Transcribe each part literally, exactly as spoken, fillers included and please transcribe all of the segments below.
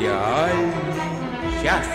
Реальный час.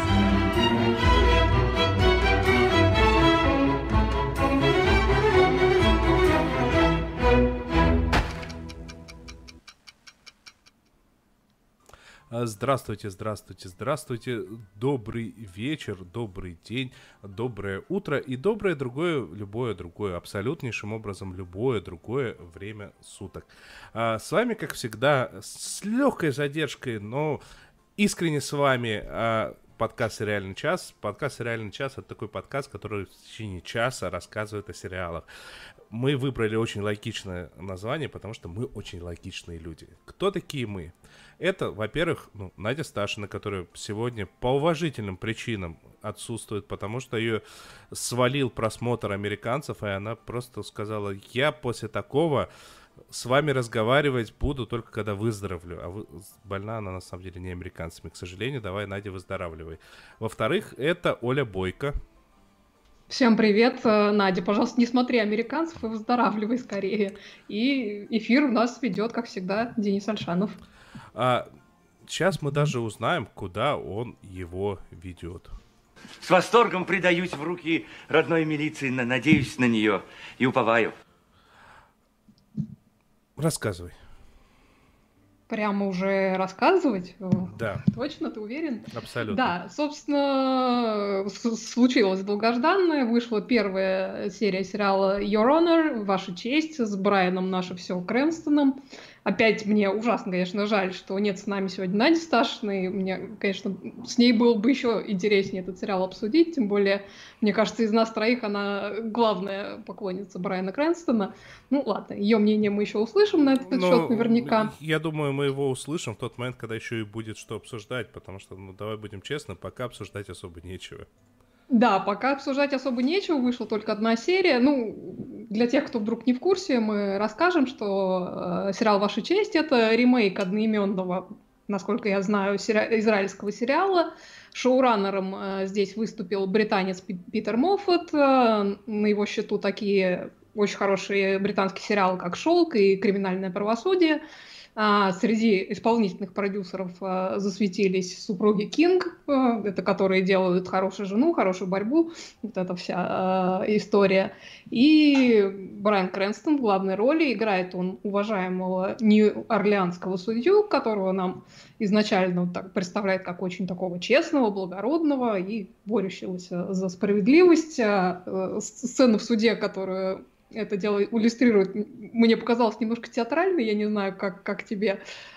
Здравствуйте, здравствуйте, здравствуйте. Добрый вечер, добрый день, доброе утро и доброе другое, любое другое, абсолютнейшим образом любое другое время суток. А, с вами, как всегда, с легкой задержкой, но искренне с вами а, подкаст «Сериальный час». Подкаст «Сериальный час» — это такой подкаст, который в течение часа рассказывает о сериалах. Мы выбрали очень логичное название, потому что мы очень логичные люди. Кто такие мы? Это, во-первых, ну, Надя Сташина, которая сегодня по уважительным причинам отсутствует, потому что ее свалил просмотр американцев, и она просто сказала: я после такого с вами разговаривать буду только когда выздоровлю. А вы... больна она на самом деле не американцами, к сожалению. Давай, Надя, выздоравливай. Во-вторых, это Оля Бойко. Всем привет, Надя, пожалуйста, не смотри американцев и выздоравливай скорее. И эфир у нас ведет, как всегда, Денис Альшанов. А, сейчас мы даже узнаем, куда он его ведет. С восторгом предаюсь в руки родной милиции, надеюсь на нее и уповаю. Рассказывай. Прямо уже рассказывать? Да. Точно, ты уверен? Абсолютно. Да, собственно, случилось долгожданное. Вышла первая серия сериала Your Honor, Ваша честь, с Брайаном «Наше все» Крэнстоном. Опять мне ужасно, конечно, жаль, что нет с нами сегодня Нади Сташиной. Мне, конечно, с ней было бы еще интереснее этот сериал обсудить. Тем более, мне кажется, из нас троих она главная поклонница Брайана Крэнстона. Ну, ладно, ее мнение мы еще услышим на этот Но счет наверняка. Я думаю, мы его услышим в тот момент, когда еще и будет что обсуждать, потому что, ну, давай будем честны, пока обсуждать особо нечего. Да, пока обсуждать особо нечего, вышла только одна серия. Ну, для тех, кто вдруг не в курсе, мы расскажем, что э, сериал «Ваша честь» — это ремейк одноименного, насколько я знаю, сери- израильского сериала. Шоураннером э, здесь выступил британец Пи- Питер Моффат. Э, на его счету такие очень хорошие британские сериалы, как «Шелк» и «Криминальное правосудие». А, среди исполнительных продюсеров а, засветились супруги Кинг, а, это которые делают «Хорошую жену», «Хорошую борьбу», вот эта вся а, история. И Брайан Крэнстон в главной роли. Играет он уважаемого нью-орлеанского судью, которого нам изначально вот так представляет как очень такого честного, благородного и борющегося за справедливость. А, сцена в суде, которую это дело иллюстрирует, мне показалось немножко театрально, я не знаю, как, как тебе,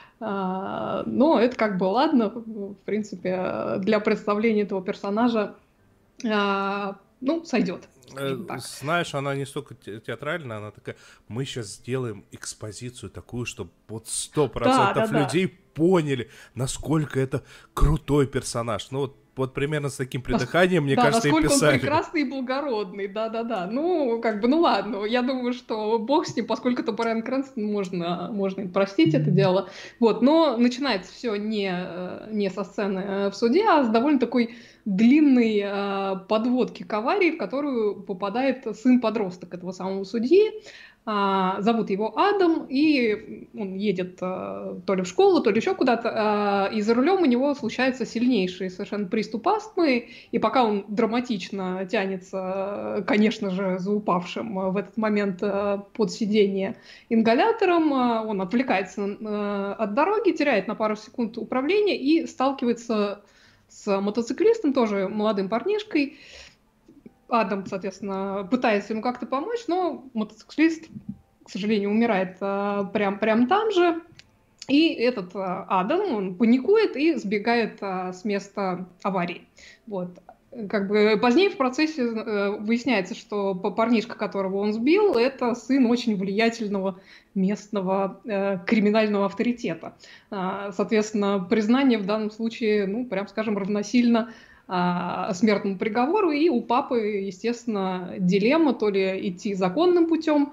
а, но это как бы ладно, в принципе, для представления этого персонажа, а, ну, сойдет. Знаешь, она не столько театральная, она такая: мы сейчас сделаем экспозицию такую, чтобы вот сто процентов да, да, людей да. поняли, насколько это крутой персонаж. Ну вот Вот примерно с таким придыханием, мне да, кажется, и писали. Насколько он прекрасный и благородный, да-да-да. Ну, как бы, ну ладно, я думаю, что бог с ним, поскольку это Брайан Крэнстон, можно, можно простить это дело. Вот, но начинается все не, не со сцены в суде, а с довольно такой длинной э, подводки к аварии, в которую попадает сын-подросток этого самого судьи. А, зовут его Адам, и он едет а, то ли в школу, то ли еще куда-то, а, и за рулем у него случается сильнейший совершенно приступ астмы, и пока он драматично тянется, конечно же, за упавшим в этот момент а, под сиденье ингалятором, а, он отвлекается а, от дороги, теряет на пару секунд управление и сталкивается с мотоциклистом, тоже молодым парнишкой. Адам, соответственно, пытается ему как-то помочь, но мотоциклист, к сожалению, умирает а, прям, прям там же. И этот а, Адам, он паникует и сбегает а, с места аварии. Вот. Как бы позднее в процессе э, выясняется, что парнишка, которого он сбил, это сын очень влиятельного местного э, криминального авторитета. А, соответственно, признание в данном случае, ну, прям скажем, равносильно смертному приговору, и у папы, естественно, дилемма: то ли идти законным путем,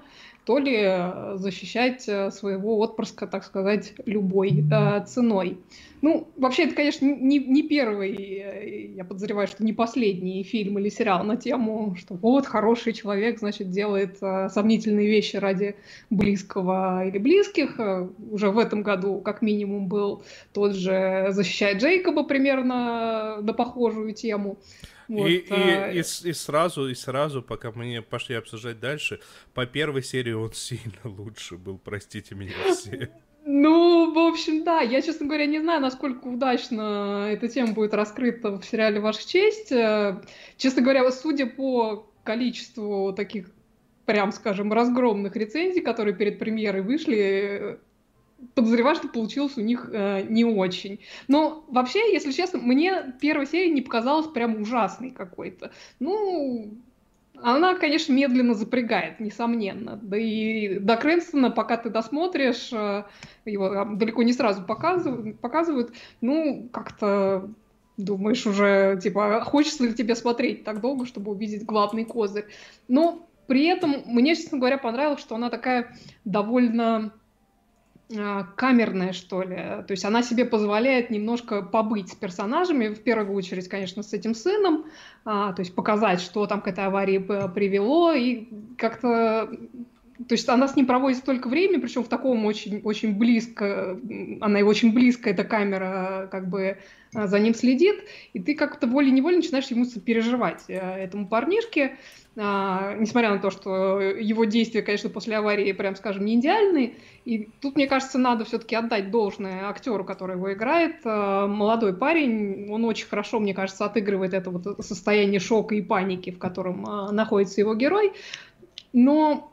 то ли защищать своего отпрыска, так сказать, любой э, ценой. Ну, вообще, это, конечно, не, не первый, я подозреваю, что не последний фильм или сериал на тему, что вот, хороший человек, значит, делает э, сомнительные вещи ради близкого или близких. Уже в этом году, как минимум, был тот же «Защищает Джейкоба» примерно на похожую тему. Вот, и, а... и, и, и сразу, и сразу, пока мы не пошли обсуждать дальше, по первой серии он сильно лучше был, простите меня все. Ну, в общем, да, я, честно говоря, не знаю, насколько удачно эта тема будет раскрыта в сериале «Ваша честь». Честно говоря, судя по количеству таких, прям скажем, разгромных рецензий, которые перед премьерой вышли, подозреваю, что получилось у них э, не очень. Но вообще, если честно, мне первая серия не показалась прям ужасной какой-то. Ну, она, конечно, медленно запрягает, несомненно. Да и до Крэнстона, пока ты досмотришь, э, его далеко не сразу показывают, показывают, ну, как-то думаешь уже, типа, хочется ли тебе смотреть так долго, чтобы увидеть главный козырь. Но при этом мне, честно говоря, понравилось, что она такая довольно... камерная, что ли. То есть она себе позволяет немножко побыть с персонажами, в первую очередь, конечно, с этим сыном, а, то есть показать, что там к этой аварии привело, и как-то... То есть она с ним проводит столько времени, причем в таком очень, очень близко, она его очень близко, эта камера как бы за ним следит, и ты как-то волей-неволей начинаешь ему сопереживать этому парнишке, а, несмотря на то, что его действия, конечно, после аварии, прям скажем, не идеальные. И тут, мне кажется, надо все-таки отдать должное актеру, который его играет. А, молодой парень, он очень хорошо, мне кажется, отыгрывает это вот состояние шока и паники, в котором а, находится его герой. Но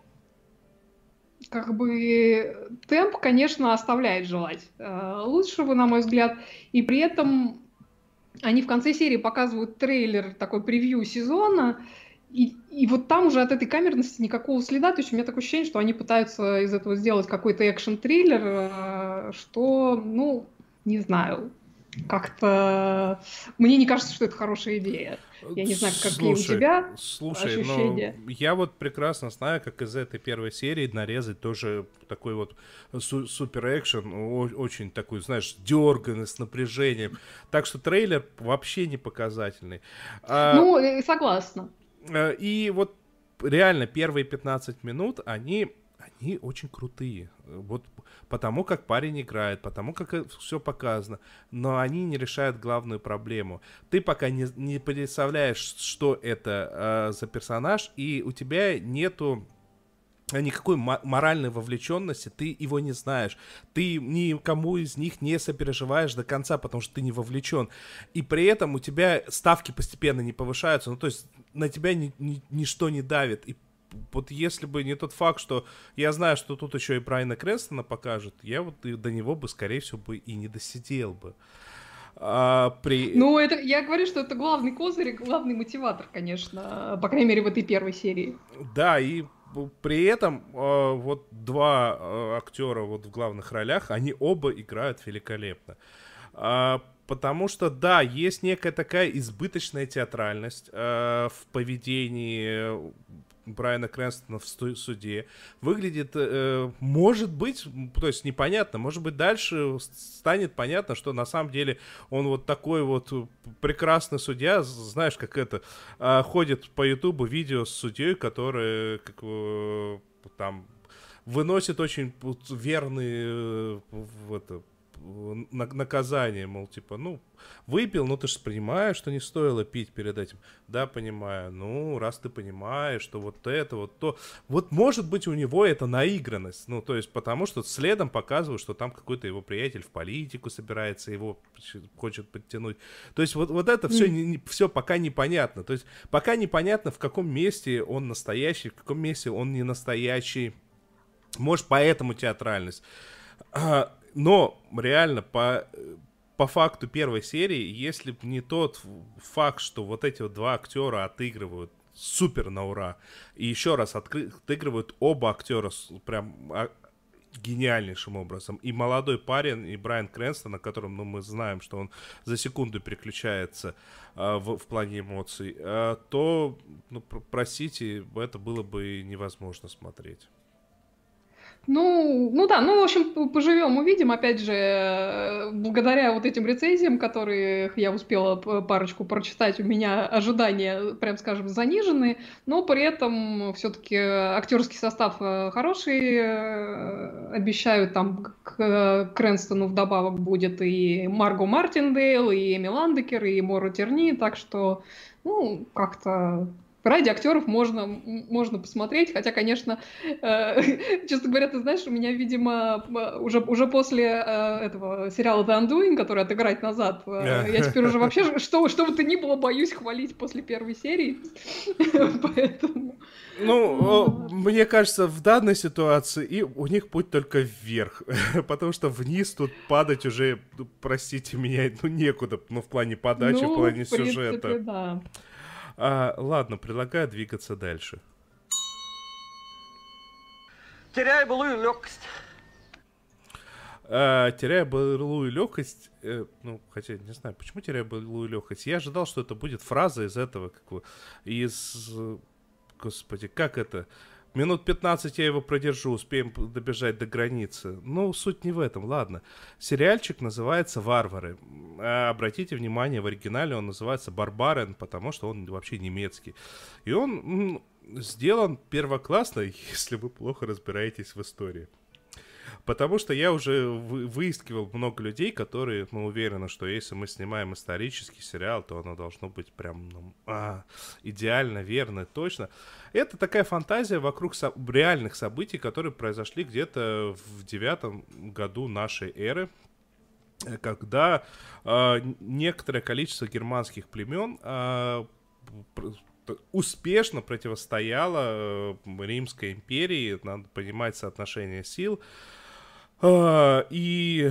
как бы темп, конечно, оставляет желать а, лучшего, на мой взгляд. И при этом они в конце серии показывают трейлер, такой превью сезона. И, и вот там уже от этой камерности никакого следа, то есть у меня такое ощущение, что они пытаются из этого сделать какой-то экшн-триллер, что, ну, не знаю, как-то... Мне не кажется, что это хорошая идея. Я не знаю, какие слушай, у тебя слушай, ощущения. Ну, я вот прекрасно знаю, как из этой первой серии нарезать тоже такой вот су- супер-экшен, очень такой, знаешь, дерганный, с напряжением. Так что трейлер вообще не показательный. А... Ну, согласна. И вот реально первые пятнадцать минут, они, они очень крутые. Вот потому как парень играет, потому как все показано. Но они не решают главную проблему. Ты пока не, не представляешь, что это э, за персонаж, и у тебя нету никакой моральной вовлеченности, ты его не знаешь. Ты никому из них не сопереживаешь до конца, потому что ты не вовлечен. И при этом у тебя ставки постепенно не повышаются. Ну, то есть на тебя ни, ни, ничто не давит. И вот если бы не тот факт, что я знаю, что тут еще и Брайана Крэнстона покажут, я вот и до него бы, скорее всего, бы и не досидел бы. А, при... Ну, это, я говорю, что это главный козырь, главный мотиватор, конечно, по крайней мере, в этой первой серии. Да, и при этом э, вот два э, актера вот в главных ролях, они оба играют великолепно. Э, потому что, да, есть некая такая избыточная театральность э, в поведении Брайана Крэнстона в суде. Выглядит, э, может быть, то есть непонятно, может быть, дальше станет понятно, что на самом деле он вот такой вот прекрасный судья, знаешь, как это, э, ходит по Ютубу видео с судьей, который как, э, там выносит очень верные э, в это, наказание, мол, типа, ну, выпил, но ты же понимаешь, что не стоило пить перед этим. Да, понимаю. Ну, раз ты понимаешь, что вот это, вот то... Вот, может быть, у него это наигранность. Ну, то есть, потому что следом показывают, что там какой-то его приятель в политику собирается, его хочет подтянуть. То есть, вот, вот это все, не, все пока непонятно. То есть, пока непонятно, в каком месте он настоящий, в каком месте он не настоящий. Может, поэтому театральность. Но реально по, по факту первой серии, если бы не тот факт, что вот эти вот два актера отыгрывают супер на ура, и еще раз откры- отыгрывают оба актера прям а, гениальнейшим образом, и молодой парень, и Брайан Крэнстон, на котором, ну, мы знаем, что он за секунду переключается а, в, в плане эмоций, а, то, ну, простите, это было бы невозможно смотреть. Ну, ну да, ну, в общем, поживем, увидим. Опять же, благодаря вот этим рецензиям, которые я успела парочку прочитать, у меня ожидания, прям скажем, занижены, но при этом все-таки актерский состав хороший, обещают, там к Крэнстону вдобавок будет и Марго Мартиндейл, и Эми Ландекер, и Мора Терни, так что, ну, как-то... Ради актеров можно, можно посмотреть, хотя, конечно, э, честно говоря, ты знаешь, у меня, видимо, уже, уже после э, этого сериала The Undoing, который «Отыграть назад», э, я теперь уже вообще, что, что бы то ни было, боюсь хвалить после первой серии, поэтому... Ну, мне кажется, в данной ситуации и у них путь только вверх, потому что вниз тут падать уже, простите меня, ну, некуда, ну, в плане подачи, ну, в плане в принципе, сюжета. Да. А, ладно, предлагаю двигаться дальше. Теряя былую легкость. А, теряя былую легкость, э, ну, хотя не знаю, почему теряя былую легкость. Я ожидал, что это будет фраза из этого, как бы, из, господи, как это? Минут пятнадцать я его продержу, успеем добежать до границы. Ну, суть не в этом, ладно. Сериальчик называется «Варвары». А, обратите внимание, в оригинале он называется «Барбарен», потому что он вообще немецкий. И он м, сделан первоклассно, если вы плохо разбираетесь в истории. Потому что я уже вы, выискивал много людей, которые, мы уверены, что если мы снимаем исторический сериал, то оно должно быть прям ну, а, идеально, верно, точно. Это такая фантазия вокруг со- реальных событий, которые произошли где-то в девятом году нашей эры, когда э, некоторое количество германских племен э, успешно противостояло э, Римской империи, надо понимать соотношение сил. Uh, и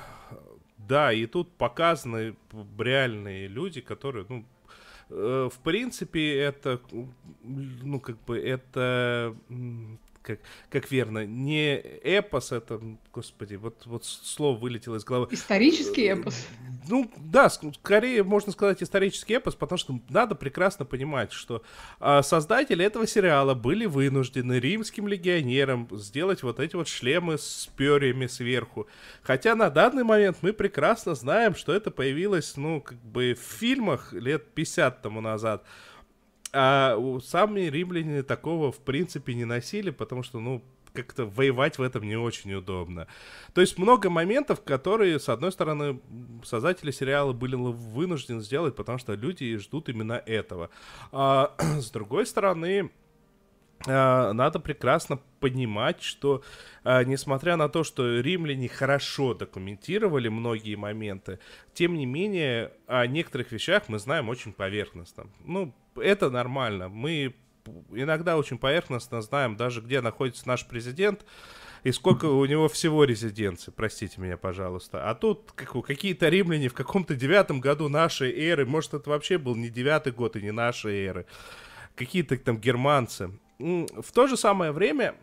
да, и тут показаны реальные люди, которые, ну, э, в принципе, это, ну, как бы, это, как, как верно, не эпос, это, господи, вот, вот слово вылетело из головы. Исторический эпос? Ну, да, скорее можно сказать исторический эпос, потому что надо прекрасно понимать, что э, создатели этого сериала были вынуждены римским легионерам сделать вот эти вот шлемы с перьями сверху. Хотя на данный момент мы прекрасно знаем, что это появилось, ну, как бы в фильмах лет пятьдесят тому назад. А сами римляне такого, в принципе, не носили, потому что, ну, как-то воевать в этом не очень удобно. То есть много моментов, которые, с одной стороны, создатели сериала были вынуждены сделать, потому что люди ждут именно этого. А с другой стороны, надо прекрасно понимать, что, несмотря на то, что римляне хорошо документировали многие моменты, тем не менее, о некоторых вещах мы знаем очень поверхностно. Ну, это нормально. Мы иногда очень поверхностно знаем даже, где находится наш президент и сколько у него всего резиденций, простите меня, пожалуйста. А тут как, какие-то римляне в каком-то девятом году нашей эры, может, это вообще был не девятый год и не нашей эры, какие-то там германцы. В то же самое время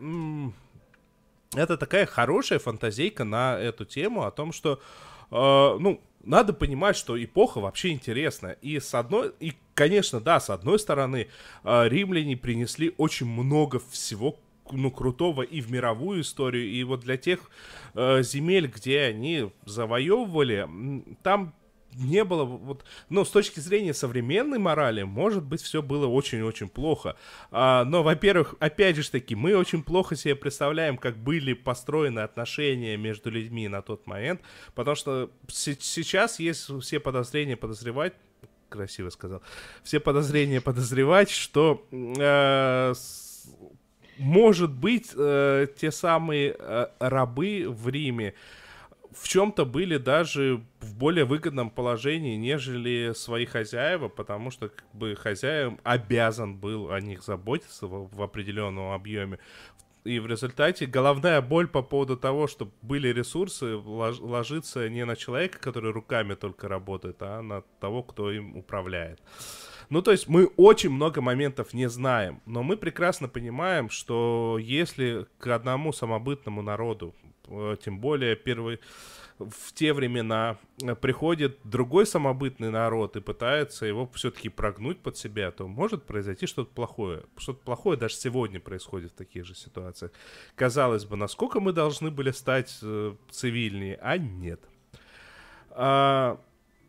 это такая хорошая фантазейка на эту тему о том, что, э, ну, надо понимать, что эпоха вообще интересная. И с одной, и, конечно, да, с одной стороны, э, римляне принесли очень много всего, ну, крутого и в мировую историю, и вот для тех э, земель, где они завоевывали, там не было, вот, ну, с точки зрения современной морали, может быть, все было очень-очень плохо. А, но, во-первых, опять же таки, мы очень плохо себе представляем, как были построены отношения между людьми на тот момент, потому что с- сейчас есть все подозрения подозревать, красиво сказал, все подозрения подозревать, что э, с- может быть, э, те самые э, рабы в Риме в чем-то были даже в более выгодном положении, нежели свои хозяева, потому что как бы хозяин обязан был о них заботиться в, в определенном объеме. И в результате головная боль по поводу того, что были ресурсы, лож, ложится не на человека, который руками только работает, а на того, кто им управляет. Ну, то есть мы очень много моментов не знаем, но мы прекрасно понимаем, что если к одному самобытному народу, тем более первый, в те времена приходит другой самобытный народ и пытается его все-таки прогнуть под себя, то может произойти что-то плохое. Что-то плохое даже сегодня происходит в таких же ситуациях. Казалось бы, насколько мы должны были стать э, цивильнее, а нет. А,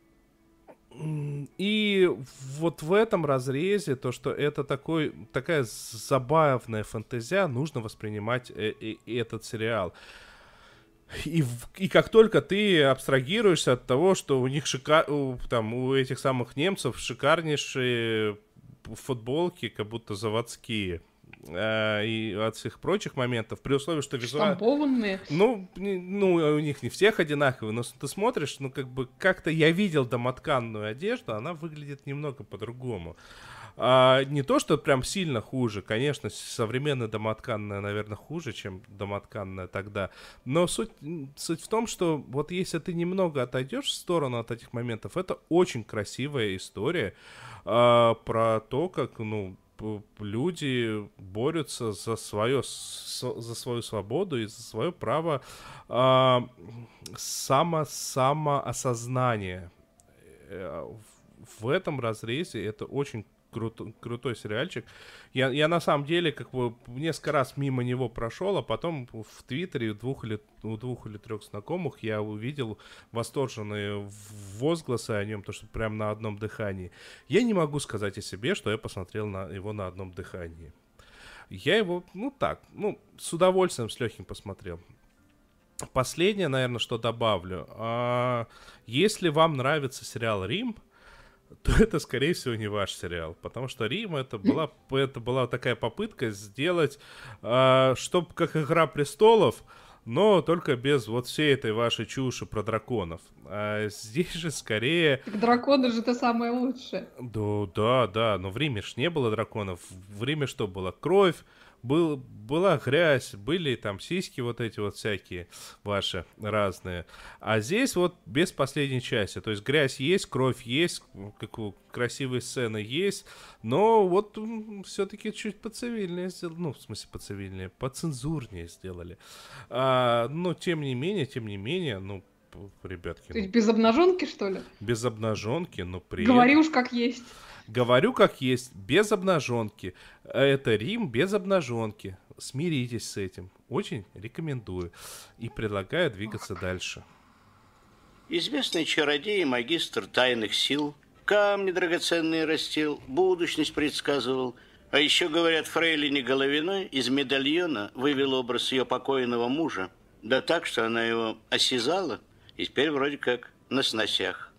и вот в этом разрезе то, что это такой, такая забавная фантазия, нужно воспринимать э, э, этот сериал. И, и как только ты абстрагируешься от того, что у них шика... там, у этих самых немцев шикарнейшие футболки, как будто заводские, э, и от всех прочих моментов, при условии, что визуально... Штампованные. Ну, не, ну, у них не всех одинаковые, но ты смотришь, ну, как бы, как-то я видел домотканную одежду, она выглядит немного по-другому. А, не то, что прям сильно хуже, конечно, современная домотканная, наверное, хуже, чем домотканная тогда, но суть, суть в том, что вот если ты немного отойдешь в сторону от этих моментов, это очень красивая история а, про то, как, ну, люди борются за свое, за свою свободу и за свое право а, само, самоосознания. В этом разрезе это очень Крут, крутой сериальчик. Я, я на самом деле как бы несколько раз мимо него прошел, а потом в Твиттере у двух или, у двух или трех знакомых я увидел восторженные возгласы о нем, то что прям на одном дыхании. Я не могу сказать о себе, что я посмотрел на его на одном дыхании. Я его, ну так, ну, с удовольствием, с легким посмотрел. Последнее, наверное, что добавлю. А, если вам нравится сериал «Рим», то это, скорее всего, не ваш сериал. Потому что «Рим» это была, это была такая попытка сделать, э, чтоб как «Игра престолов», но только без вот всей этой вашей чуши про драконов. А здесь же скорее... Так драконы же это самое лучшее. Да, да, да, но в «Риме ж не было драконов. В «Риме» что было? Кровь, был, была грязь, были там сиськи вот эти вот всякие ваши разные. А здесь вот без последней части. То есть грязь есть, кровь есть, как красивые сцены есть, но вот все-таки чуть поцивильнее сделали. Ну, в смысле поцивильнее, поцензурнее сделали. А, но тем не менее, тем не менее, ну, ребятки. То есть без обнаженки, что ли? Без обнаженки, но при Говори уж как есть. Говорю как есть, без обнаженки. Это «Рим» без обнаженки. Смиритесь с этим. Очень рекомендую. И предлагаю двигаться дальше. Известный чародей и магистр тайных сил. Камни драгоценные растил, будущность предсказывал. А еще, говорят, фрейлине Головиной из медальона вывел образ ее покойного мужа. Да так, что она его осязала, и теперь вроде как на сносях.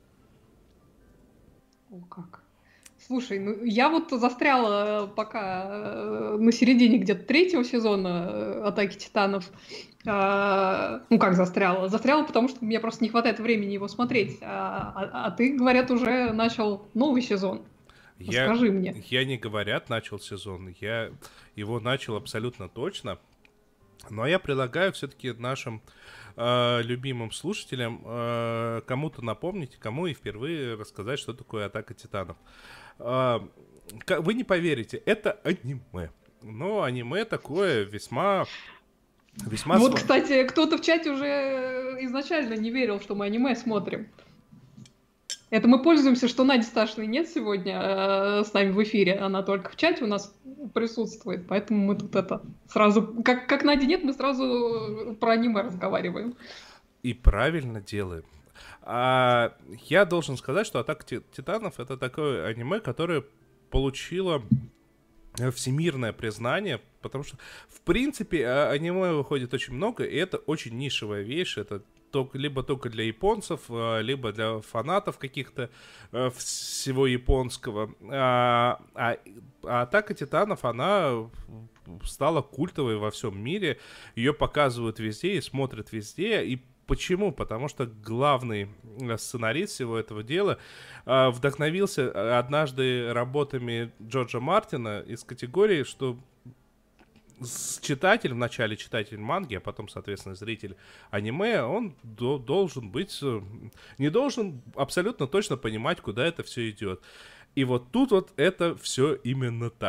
О, как. Слушай, ну я вот застряла пока на середине где-то третьего сезона «Атаки Титанов». А, ну как застряла? Застряла, потому что мне просто не хватает времени его смотреть. А, а, а ты, говорят, уже начал новый сезон. Я, Скажи мне. Я не говорят начал сезон, я его начал абсолютно точно. Но я предлагаю все-таки нашим э, любимым слушателям э, кому-то напомнить, кому и впервые рассказать, что такое «Атака Титанов». Э, вы не поверите, это аниме. Но аниме такое весьма... весьма вот, св... кстати, кто-то в чате уже изначально не верил, что мы аниме смотрим. Это мы пользуемся, что Нади Сташиной нет сегодня э, с нами в эфире. Она только в чате у нас присутствует. Поэтому мы тут это сразу... Как, как Нади нет, мы сразу про аниме разговариваем. И правильно делаем. А, я должен сказать, что «Атака Титанов» — это такое аниме, которое получило всемирное признание, потому что, в принципе, аниме выходит очень много, и это очень нишевая вещь. Это только, либо только для японцев, либо для фанатов каких-то всего японского. А, а, а «Атака Титанов», она стала культовой во всем мире. Ее показывают везде и смотрят везде. И почему? Потому что главный сценарист всего этого дела вдохновился однажды работами Джорджа Мартина из категории, что читатель, вначале читатель манги, а потом, соответственно, зритель аниме, он до, должен быть, не должен абсолютно точно понимать, куда это все идет. И вот тут вот это все именно так.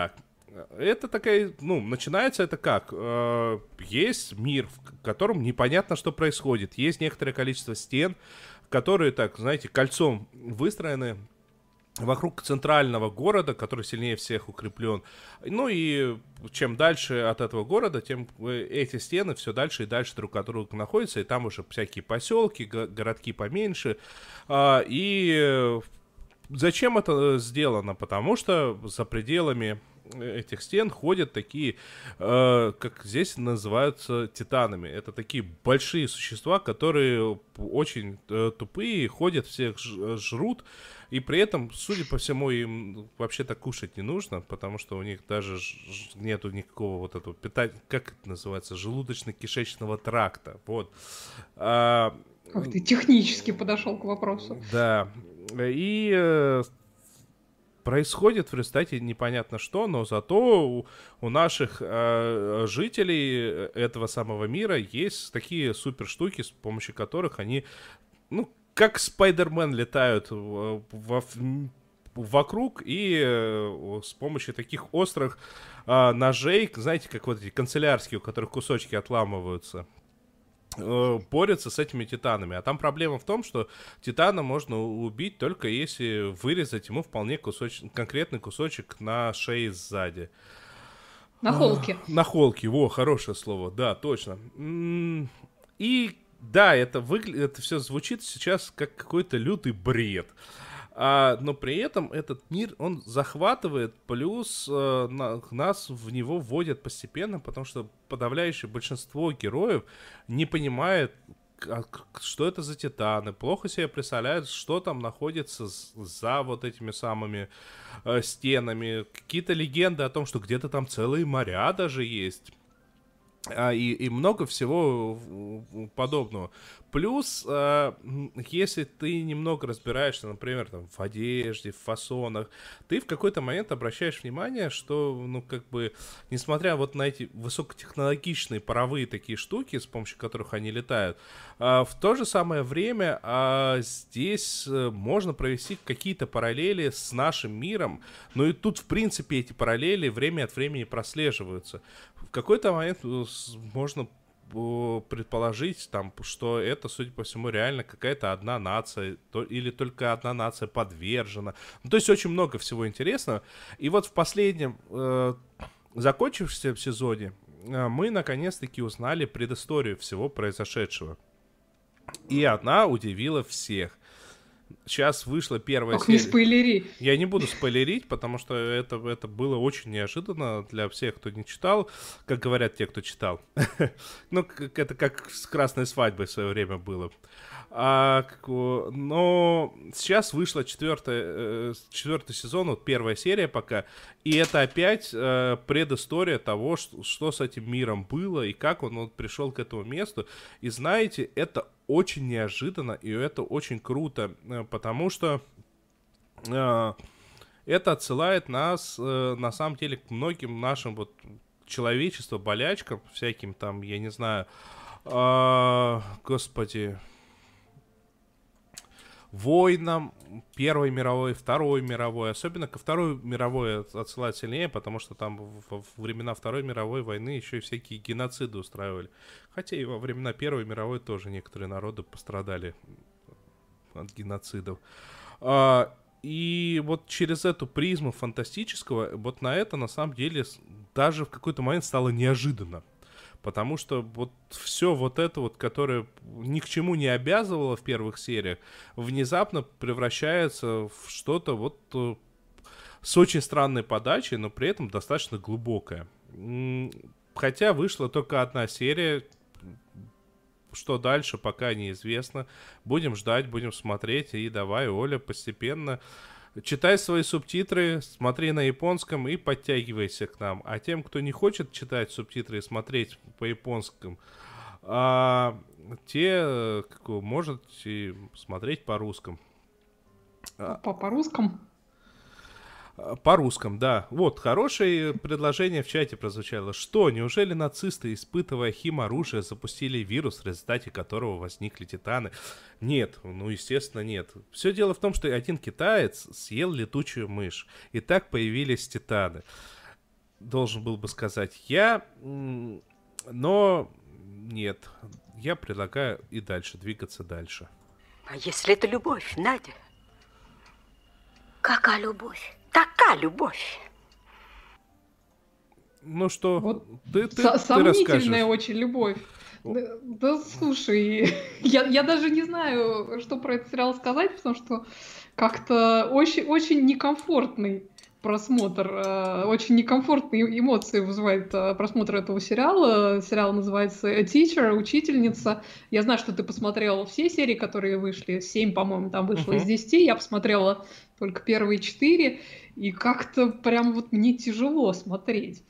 это такая, ну, начинается это как? Э, есть мир, в котором непонятно, что происходит. Есть некоторое количество стен, которые, так, знаете, кольцом выстроены вокруг центрального города, который сильнее всех укреплен. Ну и чем дальше от этого города, тем эти стены все дальше и дальше друг от друга находятся, и там уже всякие поселки, городки поменьше. И зачем это сделано? Потому что за пределами этих стен ходят такие, э, как здесь называются, титанами. Это такие большие существа, которые очень э, тупые, ходят, всех жрут, и при этом, судя по всему, им вообще-то кушать не нужно, потому что у них даже нету никакого вот этого питания, как это называется, желудочно-кишечного тракта. Вот. А, как ты технически подошел к вопросу. Да. И э, происходит в результате непонятно что, но зато у, у наших э, жителей этого самого мира есть такие супер штуки, с помощью которых они, ну, как Спайдермен, летают в, в, вокруг и э, с помощью таких острых э, ножей, знаете, как вот эти канцелярские, у которых кусочки отламываются, борются с этими титанами. А там проблема в том, что титана можно убить только если вырезать ему вполне кусоч... конкретный кусочек на шее сзади. На холке. На холке, во, хорошее слово, да, точно. И да, это, выгля... это все звучит сейчас как какой-то лютый бред. А, но при этом этот мир, он захватывает, плюс э, на, нас в него вводят постепенно, потому что подавляющее большинство героев не понимает, что это за титаны, плохо себе представляют, что там находится за вот этими самыми э, стенами. Какие-то легенды о том, что где-то там целые моря даже есть. А, и, и много всего подобного. Плюс, э, если ты немного разбираешься, например, там, в одежде, в фасонах, ты в какой-то момент обращаешь внимание, что, ну, как бы, несмотря вот на эти высокотехнологичные паровые такие штуки, с помощью которых они летают, э, в то же самое время э, здесь можно провести какие-то параллели с нашим миром, но и тут, в принципе, эти параллели время от времени прослеживаются. В какой-то момент можно предположить, там, что это, судя по всему, реально какая-то одна нация, то, или только одна нация подвержена. Ну, то есть очень много всего интересного. И вот в последнем э, закончившемся сезоне э, мы наконец-таки узнали предысторию всего произошедшего. И она удивила всех. Сейчас вышла первая Ох, серия. не спойлери. Я не буду спойлерить, потому что это, это было очень неожиданно для всех, кто не читал. Как говорят те, кто читал. Ну, это как с «Красной свадьбой» в свое время было. А, но сейчас вышла четвертая, четвертый сезон, вот первая серия пока. И это опять э, предыстория того, что, что с этим миром было и как он вот пришел к этому месту. И знаете, это очень неожиданно, и это очень круто, потому что э, это отсылает нас, э, на самом деле, к многим нашим вот человечеству, болячкам, всяким там, я не знаю, э, господи, войнам Первой мировой, Второй мировой. Особенно ко Второй мировой отсылать сильнее, потому что там во времена Второй мировой войны еще и всякие геноциды устраивали. Хотя и во времена Первой мировой тоже некоторые народы пострадали от геноцидов. А, и вот через эту призму фантастического, вот на это на самом деле даже в какой-то момент стало неожиданно. Потому что вот все вот это вот, которое ни к чему не обязывало в первых сериях, внезапно превращается в что-то вот с очень странной подачей, но при этом достаточно глубокое. Хотя вышла только одна серия, что дальше пока неизвестно. Будем ждать, будем смотреть, и давай, Оля, постепенно читай свои субтитры, смотри на японском и подтягивайся к нам. А тем, кто не хочет читать субтитры и смотреть по японскому, а, те, как, можете смотреть по русскому. По, по русскому? По русскому, да. Вот, хорошее предложение в чате прозвучало. Что, неужели нацисты, испытывая химоружие, запустили вирус, в результате которого возникли титаны? Нет, ну, естественно, нет. Все дело в том, что один китаец съел летучую мышь, и так появились титаны. должен был бы сказать я, но нет, я предлагаю и дальше, двигаться дальше. А если это любовь, Надя? Какая любовь? Такая любовь. Ну что, вот ты, ты, со- ты сомнительная расскажешь. очень любовь. Да, да слушай, я, я даже не знаю, что про этот сериал сказать, потому что как-то очень, очень некомфортный просмотр, э, очень некомфортные эмоции вызывает э, просмотр этого сериала. Сериал называется Teacher, учительница. Я знаю, что ты посмотрела все серии, которые вышли, семь, по-моему, там вышло uh-huh. из десяти. Я посмотрела только первые четыре, и как-то прям вот мне тяжело смотреть.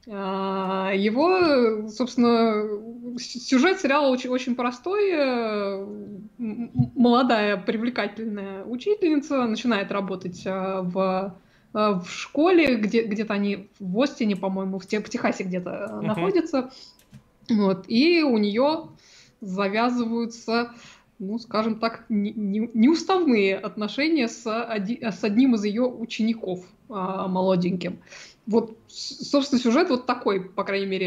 Его, собственно, сюжет сериала очень, очень простой. Молодая, привлекательная учительница начинает работать в, в школе, где, где-то они в Остине, по-моему, в, в Техасе где-то uh-huh. находятся. Вот, и у нее завязываются, ну, скажем так, не, не, неуставные отношения с, оди, с одним из ее учеников, молоденьким. Вот, собственно, сюжет вот такой, по крайней мере,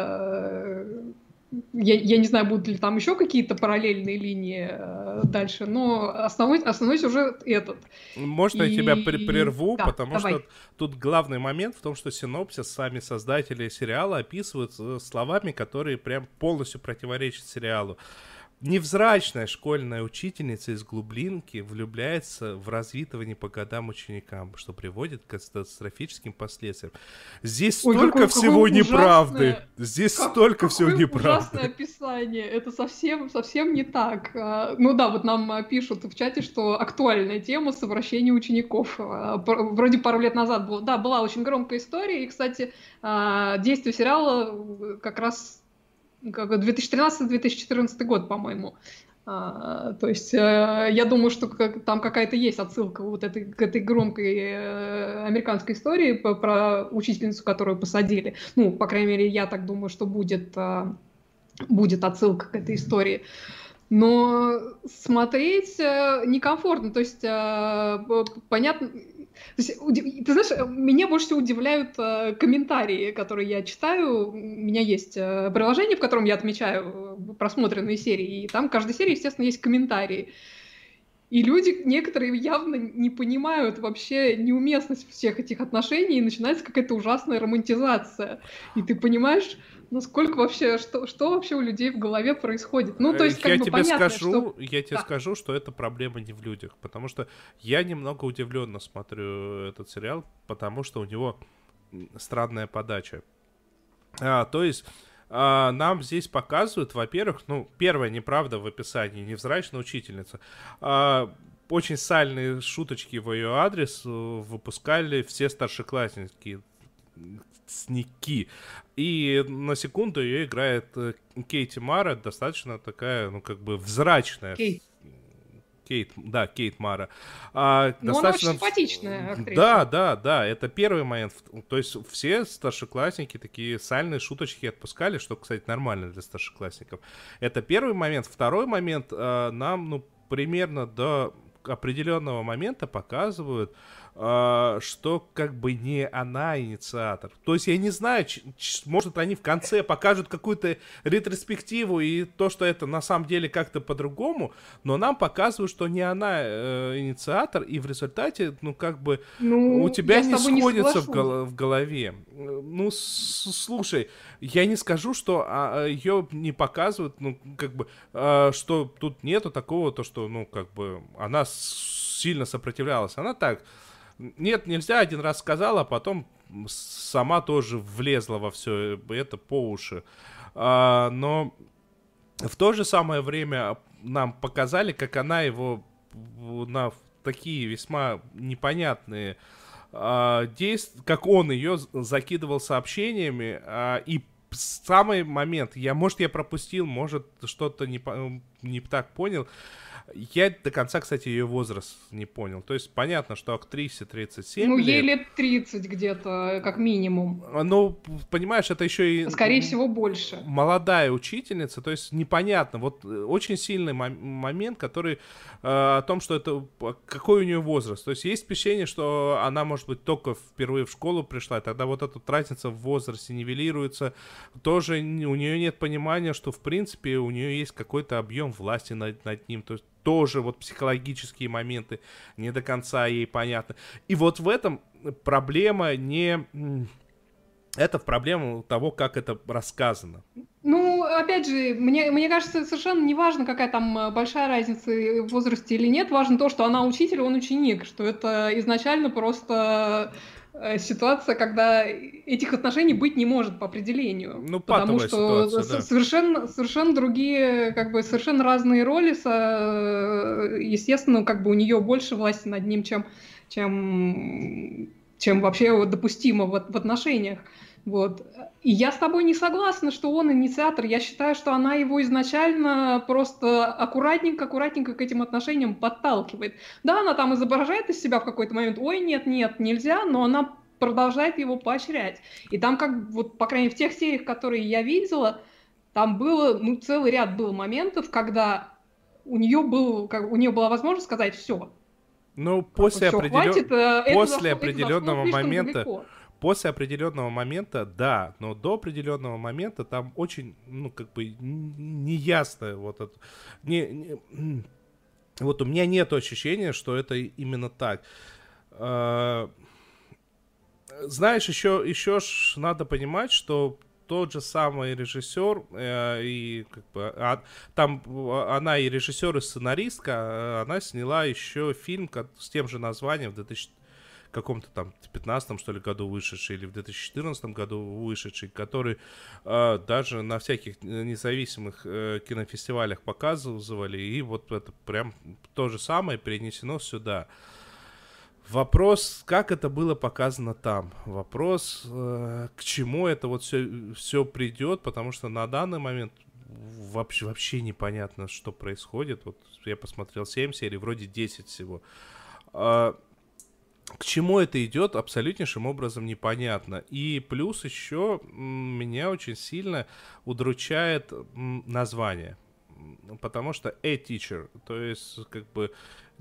я, я не знаю, будут ли там еще какие-то параллельные линии дальше, но основной, основной сюжет этот. Можно и... я тебя прерву, да, потому давай. что тут главный момент в том, что синопсис сами создатели сериала описывают словами, которые прям полностью противоречат сериалу. Невзрачная школьная учительница из глубинки влюбляется в развитого не по годам ученикам, что приводит к катастрофическим последствиям. Здесь Ой, столько какое, всего какое неправды. ужасное, Здесь как, столько всего неправды. Ужасное описание. Это совсем, совсем не так. Ну да, вот нам пишут в чате, что актуальная тема совращения учеников. Вроде пару лет назад было. Да, была очень громкая история. И, кстати, действие сериала как раз две тысячи тринадцатый - две тысячи четырнадцатый год, по-моему. А, то есть э, я думаю, что как, там какая-то есть отсылка вот этой, к этой громкой э, американской истории по, про учительницу, которую посадили. Ну, по крайней мере, я так думаю, что будет, э, будет отсылка к этой истории. Но смотреть э, некомфортно. То есть э, понятно... То есть, ты знаешь, меня больше всего удивляют э, комментарии, которые я читаю. У меня есть э, приложение, в котором я отмечаю просмотренные серии, и там в каждой серии, естественно, есть комментарии. И люди, некоторые явно не понимают вообще неуместность всех этих отношений, и начинается какая-то ужасная романтизация. И ты понимаешь, насколько вообще, что, что вообще у людей в голове происходит. Ну, то есть, как я бы тебе понятно, скажу, что... Я тебе да. скажу, что это проблема не в людях, потому что я немного удивленно смотрю этот сериал, потому что у него странная подача. А, то есть... Uh, нам здесь показывают, во-первых, ну, первая неправда в описании, невзрачная учительница. Uh, очень сальные шуточки в ее адрес выпускали все старшеклассники. Сники. И на секунду ее играет Кейти Мара, достаточно такая, ну, как бы взрачная. Кейт. Кейт, да, Кейт Мара. А, ну, достаточно... она очень симпатичная актриса. Да, да, да, это первый момент. То есть все старшеклассники такие сальные шуточки отпускали, что, кстати, нормально для старшеклассников. Это первый момент. Второй момент, а, нам, ну, примерно до определенного момента показывают, Uh, что как бы не она инициатор. То есть я не знаю, ч- ч- может они в конце покажут какую-то ретроспективу и то, что это на самом деле как-то по-другому, но нам показывают, что не она э, инициатор, и в результате, ну как бы ну, у тебя не сходится не в, гол- в голове. Ну с- слушай, я не скажу, что а, ее не показывают, ну как бы, а, что тут нету такого, то что, ну как бы она с- сильно сопротивлялась. Она так... Нет, нельзя, один раз сказала, а потом сама тоже влезла во все это по уши. А, но в то же самое время нам показали, как она его на такие весьма непонятные а, действия, как он ее закидывал сообщениями, а, и самый момент, я, может, я пропустил, может, что-то не, не так понял. Я до конца, кстати, ее возраст не понял. То есть понятно, что актрисе тридцать семь Ну, лет. ей лет тридцать где-то, как минимум. Ну, понимаешь, это еще и... Скорее всего, больше. Молодая учительница, то есть непонятно. Вот очень сильный мом- момент, который э, о том, что это... Какой у нее возраст. То есть есть впечатление, что она, может быть, только впервые в школу пришла, и тогда вот эта разница в возрасте нивелируется. Тоже у нее нет понимания, что, в принципе, у нее есть какой-то объем власти над, над ним. То есть тоже вот психологические моменты не до конца ей понятны. И вот в этом проблема не... Это в проблему того, как это рассказано. Ну, опять же, мне, мне кажется, совершенно не важно, какая там большая разница в возрасте или нет. Важно то, что она учитель, он ученик. Что это изначально просто ситуация, когда этих отношений быть не может по определению. Ну, потому что ситуация, да. совершенно, совершенно другие, как бы совершенно разные роли. Естественно, как бы у нее больше власти над ним, чем, чем, чем вообще допустимо в, в отношениях. Вот. И я с тобой не согласна, что он инициатор. Я считаю, что она его изначально просто аккуратненько-аккуратненько к этим отношениям подталкивает. Да, она там изображает из себя в какой-то момент: ой, нет, нет, нельзя, но она продолжает его поощрять. И там, как вот, по крайней мере, в тех сериях, которые я видела, там было, ну, целый ряд был моментов, когда у нее был, как, у нее была возможность сказать: все. Ну, после, Всё, определен... хватит, это после зашло, определенного это зашло момента, далеко. после определенного момента, да, но до определенного момента там очень, ну, как бы неясно вот это. Не, не, вот у меня нет ощущения, что это именно так. Знаешь, еще, еще ж надо понимать, что тот же самый режиссер, э, и как бы, а, там она и режиссер, и сценаристка, она сняла еще фильм как, с тем же названием в две тысячи каком-то там пятнадцатом, что ли, году вышедший, или в две тысячи четырнадцатом году вышедший, который э, даже на всяких независимых э, кинофестивалях показывали, и вот это прям то же самое перенесено сюда. Вопрос, как это было показано там. Вопрос, э, к чему это вот все, все придет, потому что на данный момент вообще, вообще непонятно, что происходит. Вот я посмотрел семь серий, вроде десять всего. Э, к чему это идет, абсолютнейшим образом непонятно. И плюс еще меня очень сильно удручает название. Потому что A-Teacher, то есть как бы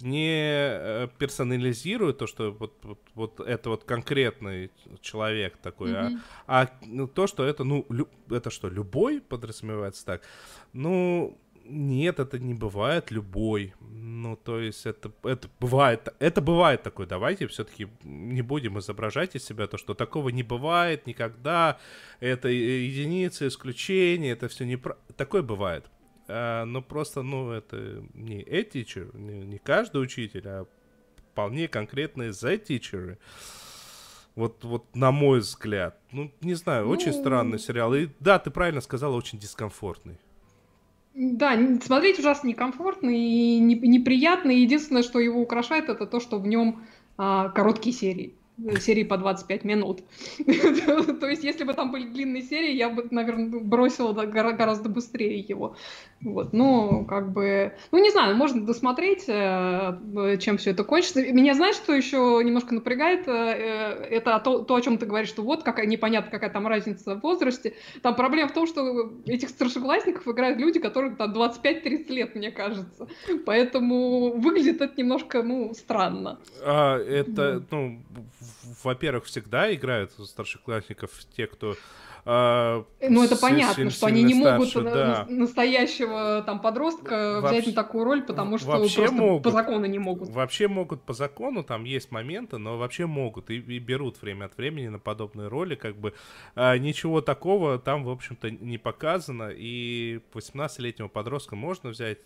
не персонализирует то, что вот, вот, вот это вот конкретный человек такой, mm-hmm. а, а ну, то, что это, ну, лю, это что, любой подразумевается так? Ну, нет, это не бывает любой. Ну, то есть это, это бывает, это бывает такое. Давайте все-таки не будем изображать из себя то, что такого не бывает никогда. Это единицы, исключения, это все не про... Такое бывает. А, но просто, ну, это не A-teacher, не, не каждый учитель, а вполне конкретные Z-teacherы. Вот, вот на мой взгляд. Ну, не знаю, ну... очень странный сериал. И да, ты правильно сказала, очень дискомфортный. Да, смотреть ужасно некомфортно и неприятно. Единственное, что его украшает, это то, что в нем а, короткие серии. Серии по двадцать пять минут. То есть, если бы там были длинные серии, я бы, наверное, бросила гораздо быстрее его. Вот, ну, как бы... Ну, не знаю, можно досмотреть, чем все это кончится. Меня, знаешь, что еще немножко напрягает? Это то, то, о чем ты говоришь, что вот какая непонятно, какая там разница в возрасте. Там проблема в том, что этих старшеклассников играют люди, которым там двадцать пять тридцать лет, мне кажется. Поэтому выглядит это немножко, ну, странно. А, это, ну... Во-первых, всегда играют старшеклассников те, кто... Э, ну, это понятно, что они не старше, могут да. настоящего там подростка вообще, взять на такую роль, потому что вообще просто могут, по закону не могут. Вообще могут по закону, там есть моменты, но вообще могут и, и берут время от времени на подобные роли, как бы э, ничего такого там, в общем-то, не показано, и восемнадцатилетнего подростка можно взять,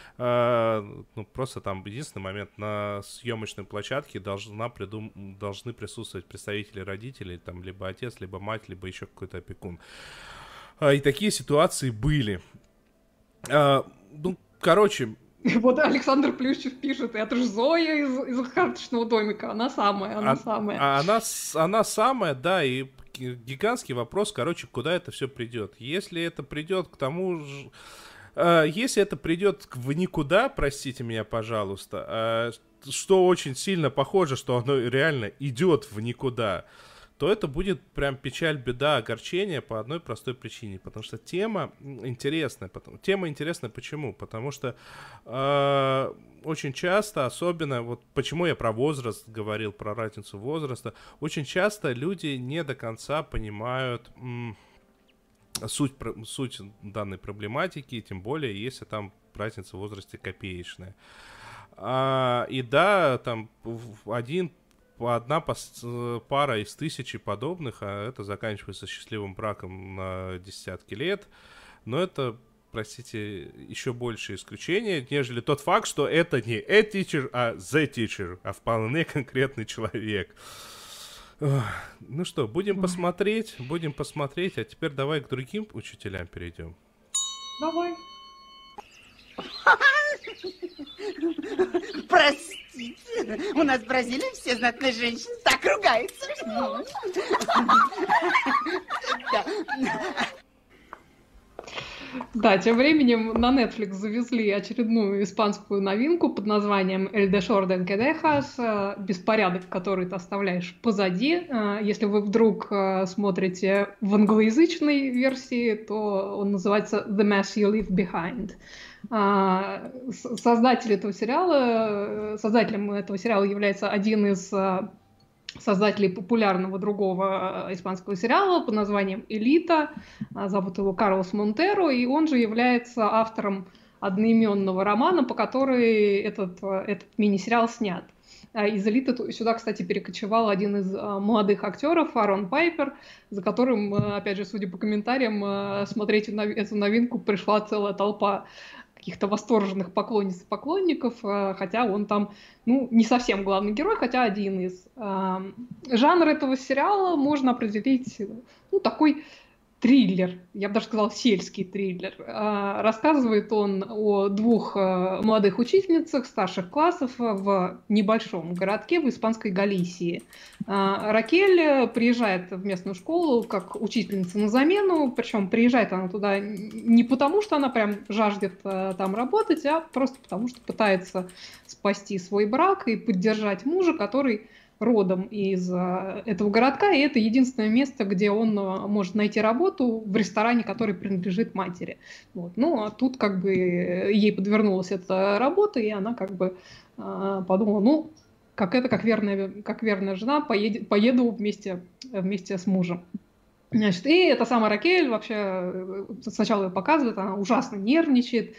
э, ну, просто там единственный момент, на съемочной площадке должна придум... должны присутствовать представители родителей, там, либо отец, либо мать, либо еще какой-то опекун. И такие ситуации были. А, ну, короче... Вот Александр Плющев пишет, это же Зоя из, из карточного домика, она самая, она а, самая. А она, она самая, да, и гигантский вопрос, короче, куда это все придет. Если это придет к тому же... э, если это придет в никуда, простите меня, пожалуйста, э, что очень сильно похоже, что оно реально идет в никуда, то это будет прям печаль, беда, огорчение по одной простой причине. Потому что тема интересная. Потому, тема интересная почему? Потому что э, очень часто, особенно, вот почему я про возраст говорил, про разницу возраста, очень часто люди не до конца понимают м, суть, суть данной проблематики, тем более, если там разница в возрасте копеечная. А, и да, там один одна пара из тысячи подобных, а это заканчивается счастливым браком на десятки лет. Но это, простите, еще больше исключение, нежели тот факт, что это не a teacher, а the teacher, а вполне конкретный человек. Ну что, будем посмотреть, будем посмотреть, а теперь давай к другим учителям перейдем. Давай. Простите, у нас в Бразилии все знатные женщины так ругаются. Да, тем временем на Netflix завезли очередную испанскую новинку под названием «El desorden que dejas», беспорядок, который ты оставляешь позади. Если вы вдруг смотрите в англоязычной версии, то он называется «The mess you leave behind». Создатель этого сериала, создателем этого сериала является один из создателей популярного другого испанского сериала под названием «Элита». Зовут его Карлос Монтеро, и он же является автором одноименного романа, по который этот, этот мини-сериал снят. Из «Элиты» сюда, кстати, перекочевал один из молодых актеров, Аарон Пайпер, за которым, опять же, судя по комментариям, смотреть эту новинку пришла целая толпа каких-то восторженных поклонниц и поклонников, хотя он там, ну, не совсем главный герой, хотя один из. Жанр этого сериала можно определить, ну, такой триллер, я бы даже сказала сельский триллер. Рассказывает он о двух молодых учительницах старших классов в небольшом городке в испанской Галисии. Ракель приезжает в местную школу как учительница на замену, причем приезжает она туда не потому, что она прям жаждет там работать, а просто потому, что пытается спасти свой брак и поддержать мужа, который родом из этого городка, и это единственное место, где он может найти работу в ресторане, который принадлежит матери. Вот. Ну, а тут как бы ей подвернулась эта работа, и она как бы подумала, ну, как это, как верная, как верная жена, поеду, поеду вместе, вместе с мужем. Значит, и эта самая Ракель вообще сначала ее показывает, она ужасно нервничает,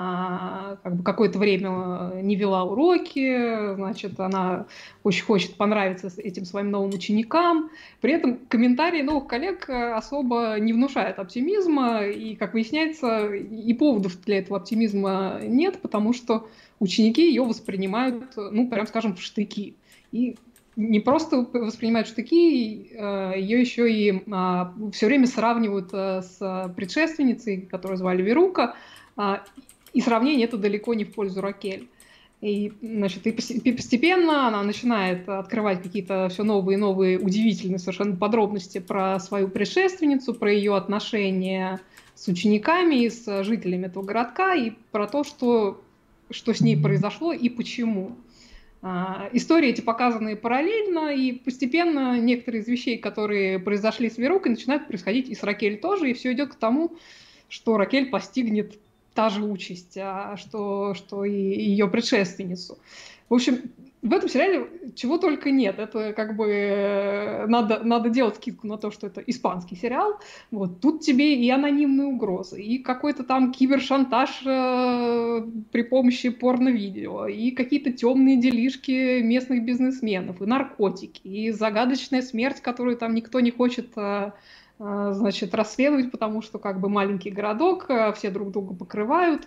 а, как бы какое-то время не вела уроки, значит, она очень хочет понравиться этим своим новым ученикам. При этом комментарии новых коллег особо не внушают оптимизма, и, как выясняется, и поводов для этого оптимизма нет, потому что ученики ее воспринимают, ну, прям скажем, в штыки. И не просто воспринимают штыки, ее еще и а, все время сравнивают а, с предшественницей, которую звали Верука, а, и сравнение это далеко не в пользу Ракель. И, значит, и постепенно она начинает открывать какие-то все новые и новые удивительные совершенно подробности про свою предшественницу, про ее отношения с учениками и с жителями этого городка, и про то, что, что с ней произошло и почему. Истории эти показаны параллельно, и постепенно некоторые из вещей, которые произошли с Верукой, начинают происходить и с Ракель тоже, и все идет к тому, что Ракель постигнет та же участь, что, что и ее предшественницу. В общем, в этом сериале чего только нет. Это как бы надо, надо делать скидку на то, что это испанский сериал. Вот. Тут тебе и анонимные угрозы, и какой-то там кибершантаж э, при помощи порно-видео, и какие-то темные делишки местных бизнесменов, и наркотики, и загадочная смерть, которую там никто не хочет э, э, значит, расследовать, потому что как бы маленький городок, э, все друг друга покрывают.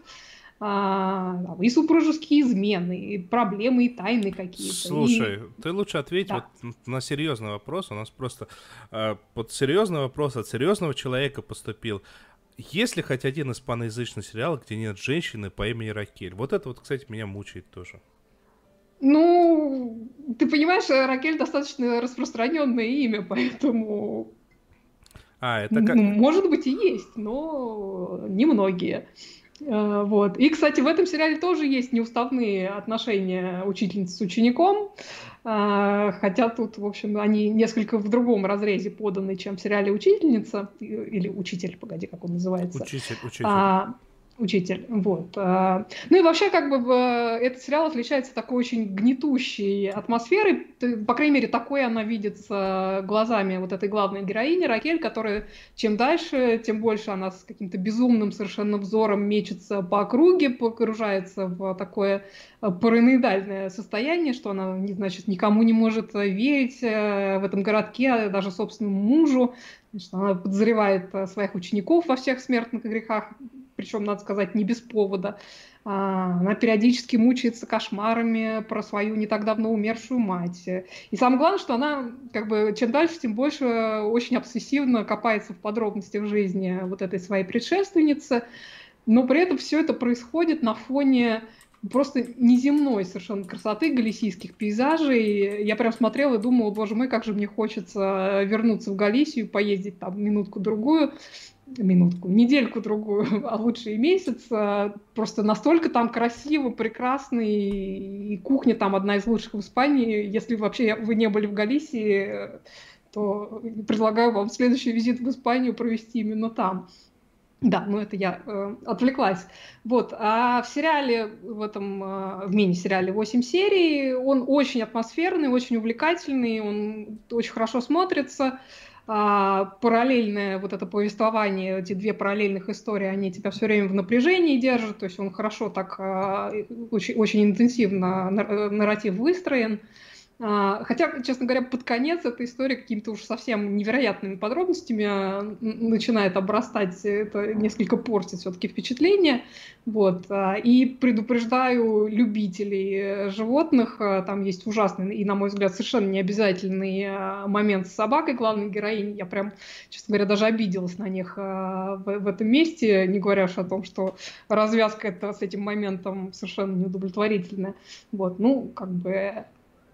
А, и супружеские измены, и проблемы, и тайны какие-то. Слушай, и... ты лучше ответь да. вот на серьезный вопрос. У нас просто э, под серьезный вопрос от серьезного человека поступил. Есть ли хоть один испаноязычный сериал, где нет женщины по имени Ракель? Вот это вот, кстати, меня мучает тоже. Ну, ты понимаешь, Ракель достаточно распространенное имя, поэтому... А, это как... Может быть и есть, но немногие. Вот. И, кстати, в этом сериале тоже есть неуставные отношения учительницы с учеником, хотя тут, в общем, они несколько в другом разрезе поданы, чем в сериале «Учительница», или «Учитель», погоди, как он называется. Учитель, учитель. А, Учитель, вот. Ну и вообще, как бы, этот сериал отличается такой очень гнетущей атмосферой, по крайней мере, такой она видится глазами вот этой главной героини, Ракель, которая чем дальше, тем больше она с каким-то безумным совершенно взором мечется по округе, погружается в такое параноидальное состояние, что она, значит, никому не может верить в этом городке, даже собственному мужу, значит, она подозревает своих учеников во всех смертных грехах, причем, надо сказать, не без повода. Она периодически мучается кошмарами про свою не так давно умершую мать. И самое главное, что она, как бы, чем дальше, тем больше очень обсессивно копается в подробностях жизни вот этой своей предшественницы, но при этом все это происходит на фоне просто неземной совершенно красоты галисийских пейзажей. Я прям смотрела и думала, боже мой, как же мне хочется вернуться в Галисию, поездить там минутку-другую, минутку, недельку-другую, а лучше и месяц. Просто настолько там красиво, прекрасно, и кухня там одна из лучших в Испании. Если вообще вы не были в Галисии, то предлагаю вам следующий визит в Испанию провести именно там. Да, ну это я э, отвлеклась. Вот. А в сериале, в этом, э, в мини-сериале восемь серий, он очень атмосферный, очень увлекательный, он очень хорошо смотрится. А, параллельное вот это повествование, эти две параллельных истории, они тебя все время в напряжении держат, то есть он хорошо так, а, очень, очень интенсивно нарратив выстроен. Хотя, честно говоря, под конец эта история какими-то уж совсем невероятными подробностями начинает обрастать, это несколько портит все-таки впечатление. Вот. И предупреждаю любителей животных, там есть ужасный и, на мой взгляд, совершенно необязательный момент с собакой главной героини. Я прям, честно говоря, даже обиделась на них в, в этом месте, не говоря уж о том, что развязка это с этим моментом совершенно неудовлетворительная. Вот. Ну, как бы...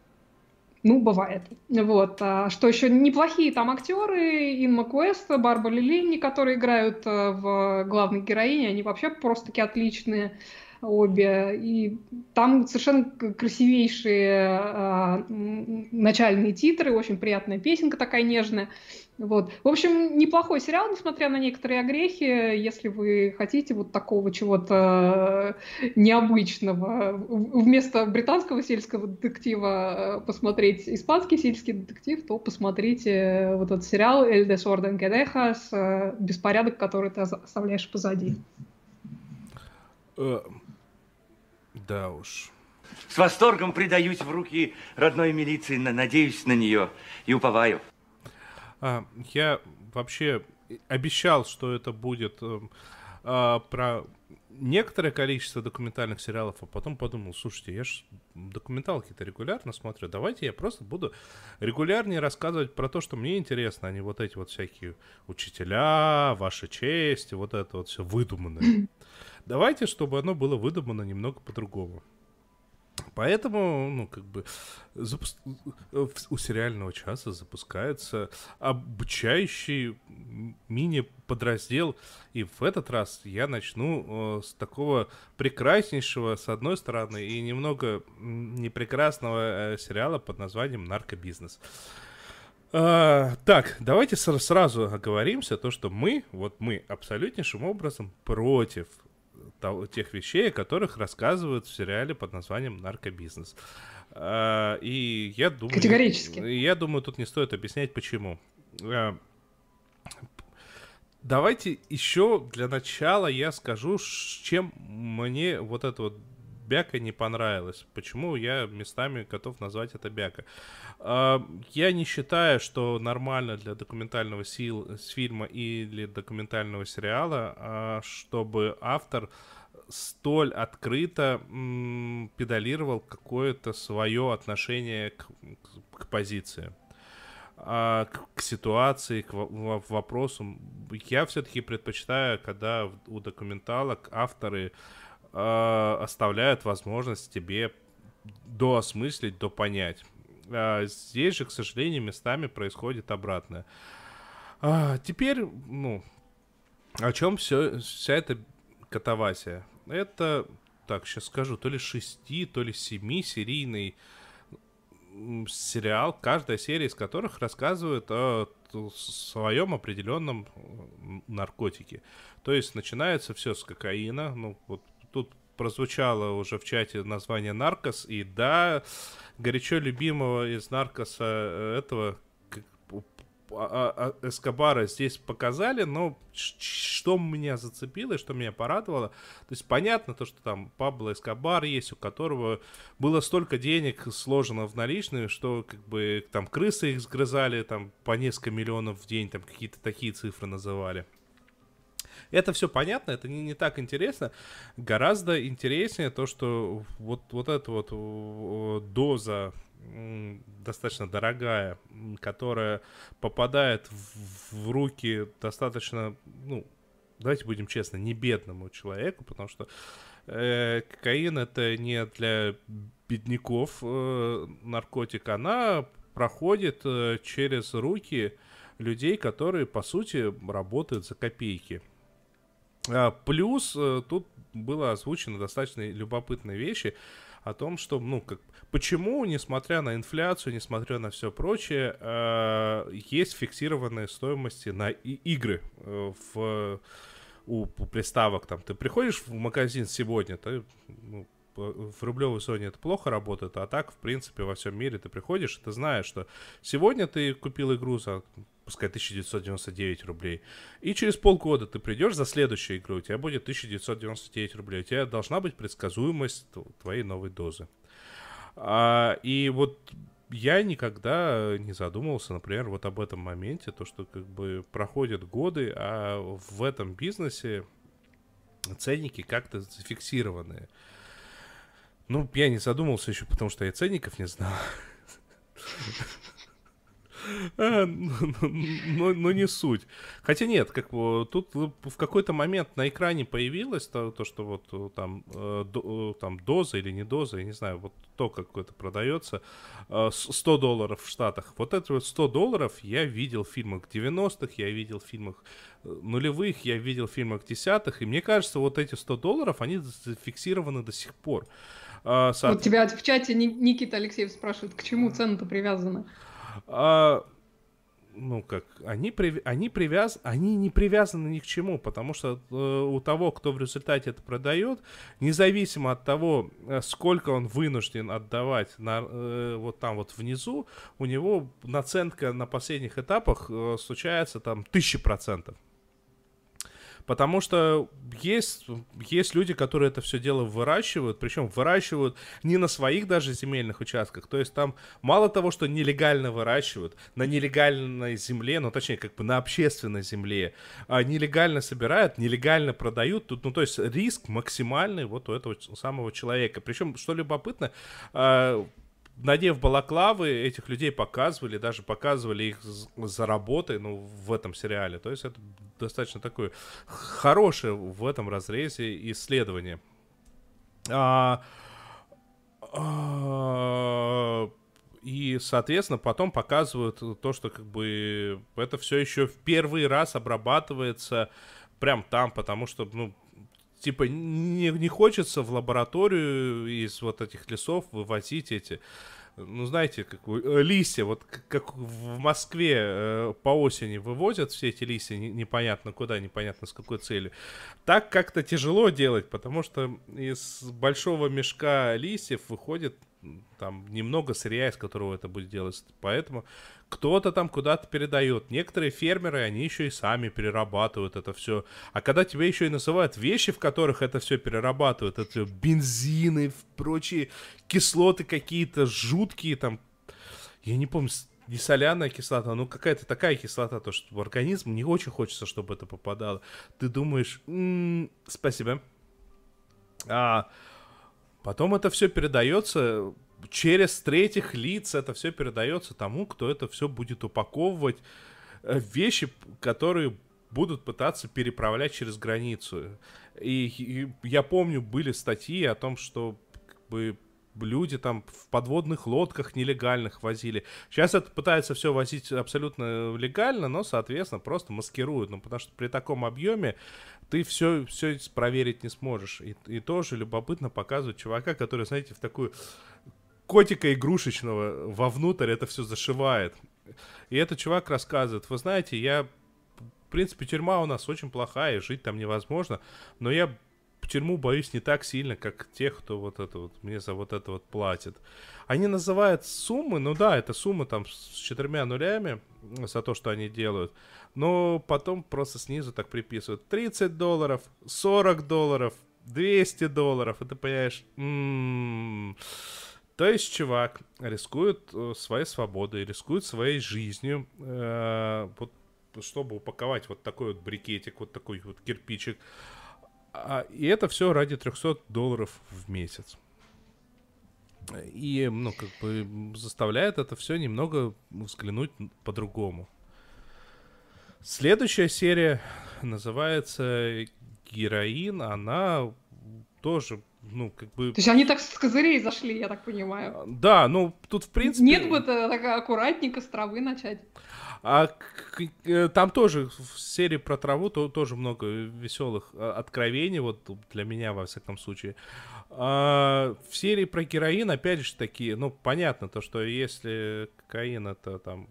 Ну, бывает. Вот. А что еще? Неплохие там актеры. Инма Куэст, Барбара Лилини, которые играют в главной героине. Они вообще просто-таки отличные обе. И там совершенно красивейшие а, начальные титры. Очень приятная песенка такая нежная. Вот. В общем, неплохой сериал, несмотря на некоторые огрехи. Если вы хотите вот такого чего-то необычного, вместо британского сельского детектива посмотреть испанский сельский детектив, то посмотрите вот этот сериал «El desorden que dejas», «Беспорядок, который ты оставляешь позади». Да уж. С восторгом предаюсь в руки родной милиции, надеюсь на нее и уповаю. А, я вообще обещал, что это будет а, про некоторое количество документальных сериалов, а потом подумал, слушайте, я же документалки-то регулярно смотрю, давайте я просто буду регулярнее рассказывать про то, что мне интересно, а не вот эти вот всякие учителя, ваша честь, вот это вот все выдуманное. Давайте, чтобы оно было выдумано немного по-другому. Поэтому, ну, как бы, запуск... у сериального часа запускается обучающий мини-подраздел. И в этот раз я начну э, с такого прекраснейшего, с одной стороны, и немного непрекрасного э, сериала под названием «Наркобизнес». А, так, давайте с- сразу оговоримся, то, что мы, вот мы, абсолютнейшим образом против тех вещей, о которых рассказывают в сериале под названием «Наркобизнес». А, и я думаю... Категорически. Я думаю, тут не стоит объяснять, почему. А, давайте еще для начала я скажу, чем мне вот эта вот бяка не понравилась. Почему я местами готов назвать это бяка. А, я не считаю, что нормально для документального сил, фильма или документального сериала, а, чтобы автор столь открыто м, педалировал какое-то свое отношение к, к позиции, а, к, к ситуации, к в, вопросу. Я все-таки предпочитаю, когда у документалок авторы а, оставляют возможность тебе доосмыслить, допонять. А здесь же, к сожалению, местами происходит обратное. А, теперь, ну, о чем все, вся эта катавасия. Это, так, сейчас скажу, то ли шести, то ли семи серийный сериал, каждая серия из которых рассказывает о своем определенном наркотике. То есть начинается все с кокаина. Ну, вот тут прозвучало уже в чате название «Наркос», и да, горячо любимого из «Наркоса» этого Эскобара здесь показали, но что меня зацепило и что меня порадовало, то есть понятно то, что там Пабло Эскобар есть, у которого было столько денег сложено в наличные, что как бы там крысы их сгрызали там по несколько миллионов в день, там какие-то такие цифры называли. Это все понятно, это не, не так интересно. Гораздо интереснее то, что вот, вот эта вот доза достаточно дорогая, которая попадает в, в руки достаточно, ну, давайте будем честны, не бедному человеку, потому что э, кокаин это не для бедняков э, наркотик, она проходит э, через руки людей, которые, по сути, работают за копейки. А, плюс э, тут было озвучено достаточно любопытные вещи о том, что, ну, как, почему, несмотря на инфляцию, несмотря на все прочее, э, есть фиксированные стоимости на и- игры э, в, у, у приставок. Там, ты приходишь в магазин сегодня, ты, ну, в рублевой зоне это плохо работает, а так, в принципе, во всем мире ты приходишь, и ты знаешь, что сегодня ты купил игру за, пускай, тысяча девятьсот девяносто девять рублей, и через полгода ты придешь за следующую игру, у тебя будет тысяча девятьсот девяносто девять рублей, у тебя должна быть предсказуемость твоей новой дозы. А, и вот я никогда не задумывался, например, вот об этом моменте, то, что как бы проходят годы, а в этом бизнесе ценники как-то зафиксированные. Ну, я не задумался еще, потому что я ценников не знал. А, но, но не суть. Хотя нет, как бы, тут в какой-то момент на экране появилось то, то что вот там, до, там доза или не доза, я не знаю, вот то, как это продается, сто долларов в Штатах. Вот это вот сто долларов я видел в фильмах девяностых, я видел в фильмах нулевых, я видел в фильмах десятых, и мне кажется, вот эти сто долларов, они зафиксированы до сих пор. А, со... Вот тебя в чате Никита Алексеев спрашивает, к чему цена-то привязана? А, ну как, они, при, они, привяз, они не привязаны ни к чему, потому что э, у того, кто в результате это продает, независимо от того, сколько он вынужден отдавать на, э, вот там вот внизу, у него наценка на последних этапах э, случается там тысяча процентов. Потому что есть, есть люди, которые это все дело выращивают, причем выращивают не на своих даже земельных участках. То есть там мало того, что нелегально выращивают, на нелегальной земле, ну точнее как бы на общественной земле, а нелегально собирают, нелегально продают. Тут, ну то есть риск максимальный вот у этого самого человека. Причем, что любопытно, надев балаклавы, этих людей показывали, даже показывали их за работой, ну, в этом сериале. То есть это достаточно такое хорошее в этом разрезе исследование. А, а, и, соответственно, потом показывают то, что как бы это все еще в первый раз обрабатывается прям там, потому что, ну, типа, не, не хочется в лабораторию из вот этих лесов вывозить эти, ну, знаете, как листья, вот как в Москве э, по осени вывозят все эти листья не, непонятно куда, непонятно с какой целью. Так как-то тяжело делать, потому что из большого мешка листьев выходит там немного сырья, из которого это будет делать. Поэтому кто-то там куда-то передает. Некоторые фермеры, они еще и сами перерабатывают это все. А когда тебе еще и называют вещи, в которых это все перерабатывают, это бензины, прочие кислоты какие-то жуткие там, я не помню, не соляная кислота, ну какая-то такая кислота, то что в организм не очень хочется, чтобы это попадало. Ты думаешь, м-м, спасибо. А потом это все передается через третьих лиц, это все передается тому, кто это все будет упаковывать. Вещи, которые будут пытаться переправлять через границу. И, и я помню, были статьи о том, что как бы люди там в подводных лодках нелегальных возили. Сейчас это пытаются все возить абсолютно легально, но, соответственно, просто маскируют. Ну, потому что при таком объеме ты все, все проверить не сможешь. И, и тоже любопытно показывать чувака, который, знаете, в такую котика игрушечного вовнутрь это все зашивает. И этот чувак рассказывает: вы знаете, я, в принципе, тюрьма у нас очень плохая, жить там невозможно, но я в тюрьму боюсь не так сильно, как тех, кто вот это вот мне за вот это вот платит. Они называют суммы, ну да, это суммы там с четырьмя нулями за то, что они делают, но потом просто снизу так приписывают: тридцать долларов, сорок долларов, двести долларов, и ты понимаешь, м-м-м. То есть чувак рискует э, своей свободой, рискует своей жизнью, э, вот, чтобы упаковать вот такой вот брикетик, вот такой вот кирпичик. А, и это все ради трехсот долларов в месяц. И, ну, как бы заставляет это все немного взглянуть по-другому. Следующая серия называется «Героин». Она тоже, ну, как бы... То есть они так с козырей зашли, я так понимаю. Да, ну, тут, в принципе... Нет бы так аккуратненько с травы начать. А к- к- там тоже в серии про траву то, тоже много веселых а, откровений, вот для меня, во всяком случае. А в серии про героин, опять же, такие, ну, понятно, то, что если кокаин это там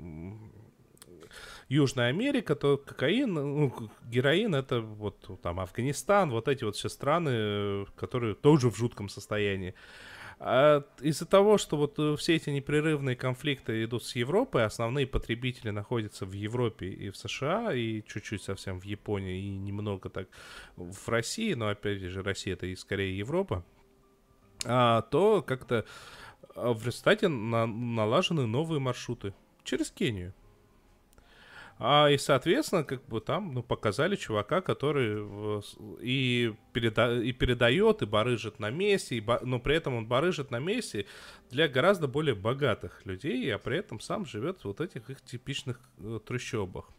Южная Америка, то кокаин, ну, героин это вот там Афганистан, вот эти вот все страны, которые тоже в жутком состоянии. А из-за того, что вот все эти непрерывные конфликты идут с Европой, основные потребители находятся в Европе и в США, и чуть-чуть совсем в Японии, и немного так в России, но опять же Россия это и скорее Европа, а, то как-то в результате на- налажены новые маршруты через Кению. А, и, соответственно, как бы там, ну, показали чувака, который в- с- и, переда- и передает, и барыжит на месте, и ба- но при этом он барыжит на месте для гораздо более богатых людей, а при этом сам живет в вот этих их типичных э, трущобах.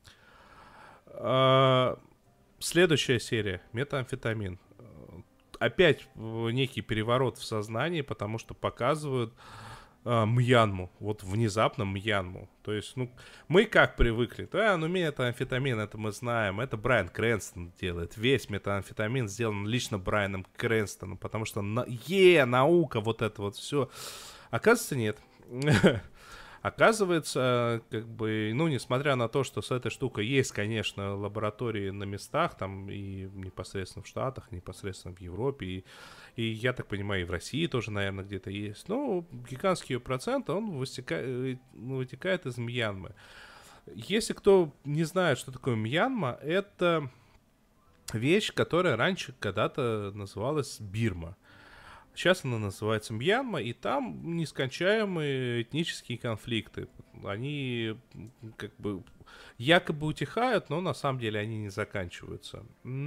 А, следующая серия «Метамфетамин». Э, Опять э, некий переворот в сознании, потому что показывают а, Мьянму, вот внезапно Мьянму. То есть, ну, мы как привыкли, да, ну, метамфетамин, это мы знаем, это Брайан Крэнстон делает, весь метамфетамин сделан лично Брайаном Крэнстоном, потому что, на, е, наука, вот это вот все. Оказывается, нет. Оказывается, как бы, ну, несмотря на то, что с этой штукой есть, конечно, лаборатории на местах, там, и непосредственно в Штатах, непосредственно в Европе, и, и я так понимаю, и в России тоже, наверное, где-то есть, но гигантский ее процент, он вытекает, вытекает из Мьянмы. Если кто не знает, что такое Мьянма, это вещь, которая раньше когда-то называлась Бирма. Сейчас она называется Мьянма, и там нескончаемые этнические конфликты. Они как бы якобы утихают, но на самом деле они не заканчиваются.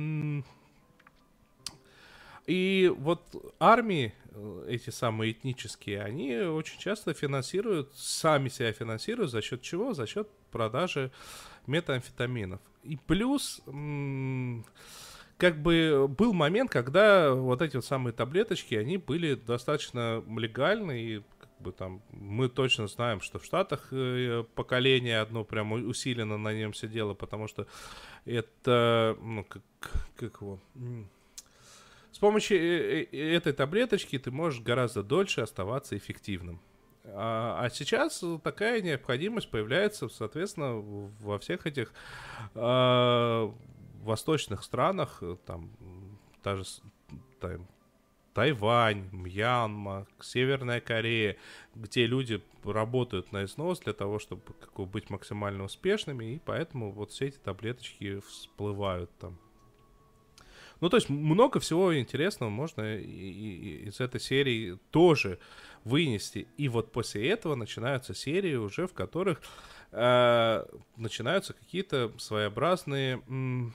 И вот армии, эти самые этнические, они очень часто финансируют, сами себя финансируют, за счет чего? За счет продажи метамфетаминов. И плюс... М- Как бы был момент, когда вот эти вот самые таблеточки, они были достаточно легальны, и как бы там мы точно знаем, что в Штатах э, поколение одно прям усиленно на нем сидело, потому что это, ну, как, как его... С помощью этой таблеточки ты можешь гораздо дольше оставаться эффективным. А, а сейчас такая необходимость появляется, соответственно, во всех этих... Э, в восточных странах, там, даже там, Тайвань, Мьянма, Северная Корея, где люди работают на износ для того, чтобы как бы, быть максимально успешными, и поэтому вот все эти таблеточки всплывают там. Ну, то есть много всего интересного можно и, и, из этой серии тоже вынести. И вот после этого начинаются серии уже, в которых э, начинаются какие-то своеобразные... М-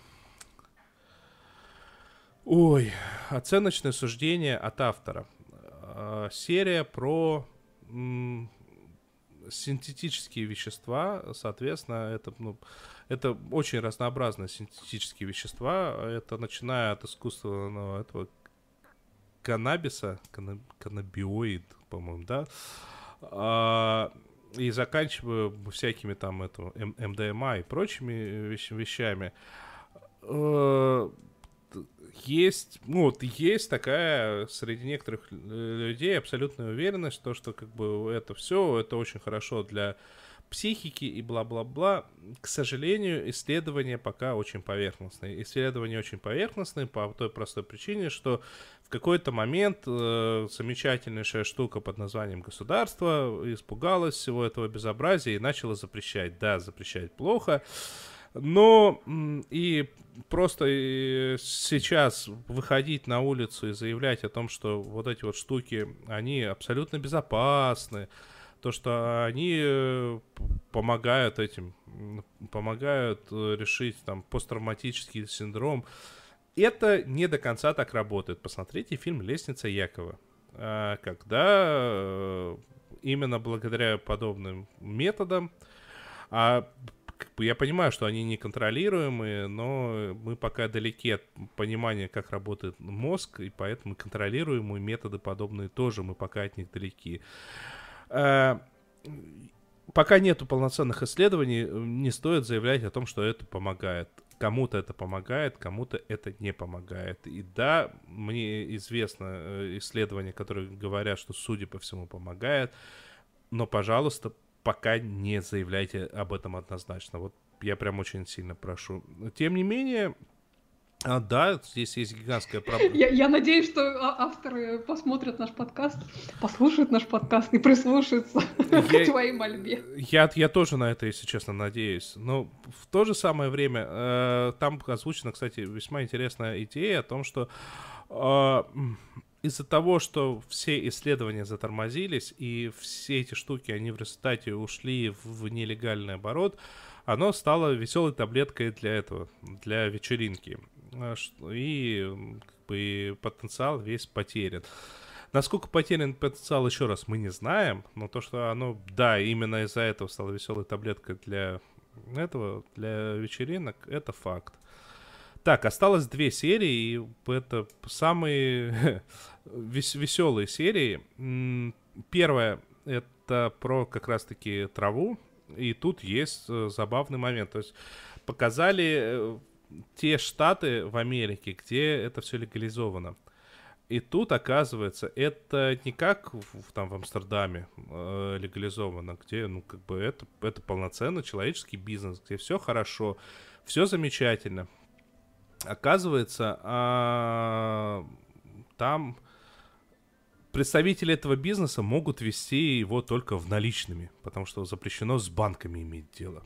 Ой, оценочное суждение от автора. Э, серия про м, синтетические вещества, соответственно, это, ну, это очень разнообразные синтетические вещества. Это начиная от искусственного этого каннабиса, канна- каннабиоид, по-моему, да, а, и заканчивая всякими там это, эм дэ эм а и прочими вещ- вещами. А, есть, ну, вот есть такая среди некоторых людей абсолютная уверенность, то, что как бы это все, это очень хорошо для психики и бла-бла-бла. К сожалению, исследования пока очень поверхностные. Исследования очень поверхностные по той простой причине, что в какой-то момент э, замечательнейшая штука под названием государство испугалась всего этого безобразия и начала запрещать. Да, запрещать плохо. Но и просто сейчас выходить на улицу и заявлять о том, что вот эти вот штуки, они абсолютно безопасны, то, что они помогают этим, помогают решить там посттравматический синдром, это не до конца так работает. Посмотрите фильм «Лестница Якова», когда именно благодаря подобным методам, а я понимаю, что они неконтролируемые, но мы пока далеки от понимания, как работает мозг, и поэтому контролируемые методы подобные тоже, мы пока от них далеки. Пока нету полноценных исследований, не стоит заявлять о том, что это помогает. Кому-то это помогает, кому-то это не помогает. И да, мне известно исследования, которые говорят, что, судя по всему, помогает, но, пожалуйста, пока не заявляйте об этом однозначно. Вот я прям очень сильно прошу. Тем не менее, а, да, здесь есть гигантская проблема. Я, я надеюсь, что авторы посмотрят наш подкаст, послушают наш подкаст и прислушаются я, к твоей мольбе. Я, я тоже на это, если честно, надеюсь. Но в то же самое время э, там озвучена, кстати, весьма интересная идея о том, что э, из-за того, что все исследования затормозились, и все эти штуки, они в результате ушли в нелегальный оборот, оно стало веселой таблеткой для этого, для вечеринки. И, как бы, потенциал весь потерян. Насколько потерян потенциал, еще раз, мы не знаем, но то, что оно, да, именно из-за этого стало веселой таблеткой для этого, для вечеринок, это факт. Так, осталось две серии, и это самые вес- веселые серии. Первая — это про как раз-таки траву, и тут есть забавный момент. То есть показали те штаты в Америке, где это все легализовано. И тут, оказывается, это не как в, там в Амстердаме э, легализовано, где, ну, как бы это, это полноценный человеческий бизнес, где все хорошо, все замечательно. Оказывается, а, там представители этого бизнеса могут вести его только в наличными, потому что запрещено с банками иметь дело.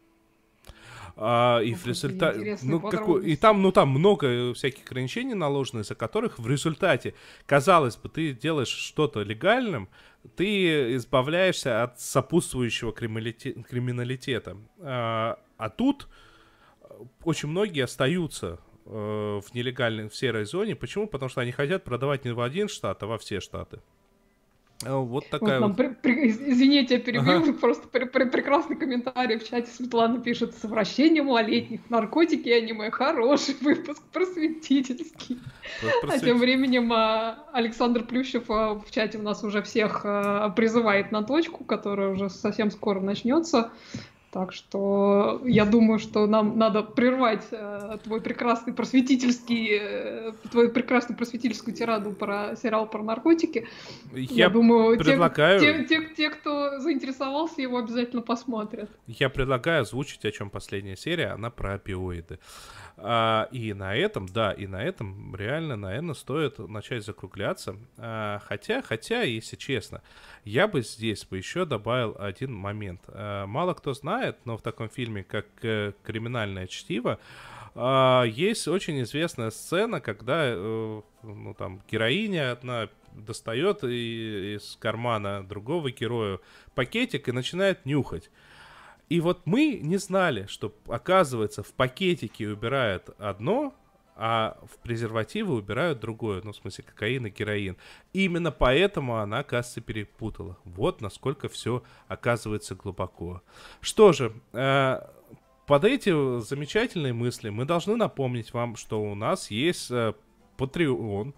А, и, в результате, ну, какой, и там, ну, там много всяких ограничений наложено, из-за которых в результате, казалось бы, ты делаешь что-то легальным, ты избавляешься от сопутствующего криминалитета. А, а тут очень многие остаются э, в нелегальной, в серой зоне. Почему? Потому что они хотят продавать не в один штат, а во все штаты. Вот такая вот. вот. При, при, извините, я перебью. Ага. Просто при, при, прекрасный комментарий в чате. Светлана пишет: совращение малолетних, наркотики и аниме. Хороший выпуск, просветительский. Просвет... А тем временем Александр Плющев в чате у нас уже всех призывает на точку, которая уже совсем скоро начнется. Так что я думаю, что нам надо прервать э, твой прекрасный просветительский, э, твою прекрасную просветительскую тираду про сериал про наркотики. Я, я думаю, предлагаю... те, те, те, те, кто заинтересовался, его обязательно посмотрят. Я предлагаю озвучить, о чем последняя серия, она про опиоиды. А, и на этом, да, и на этом реально, наверное, стоит начать закругляться. А, хотя, хотя, если честно, я бы здесь бы еще добавил один момент. А, мало кто знает, но в таком фильме, как «Криминальное чтиво», а, есть очень известная сцена, когда ну, там, героиня одна достает из кармана другого героя пакетик и начинает нюхать. И вот мы не знали, что, оказывается, в пакетике убирают одно, а в презервативы убирают другое. Ну, в смысле, кокаин и героин. И именно поэтому она, кажется, перепутала. Вот насколько все оказывается глубоко. Что же, э, под эти замечательные мысли мы должны напомнить вам, что у нас есть э, Patreon.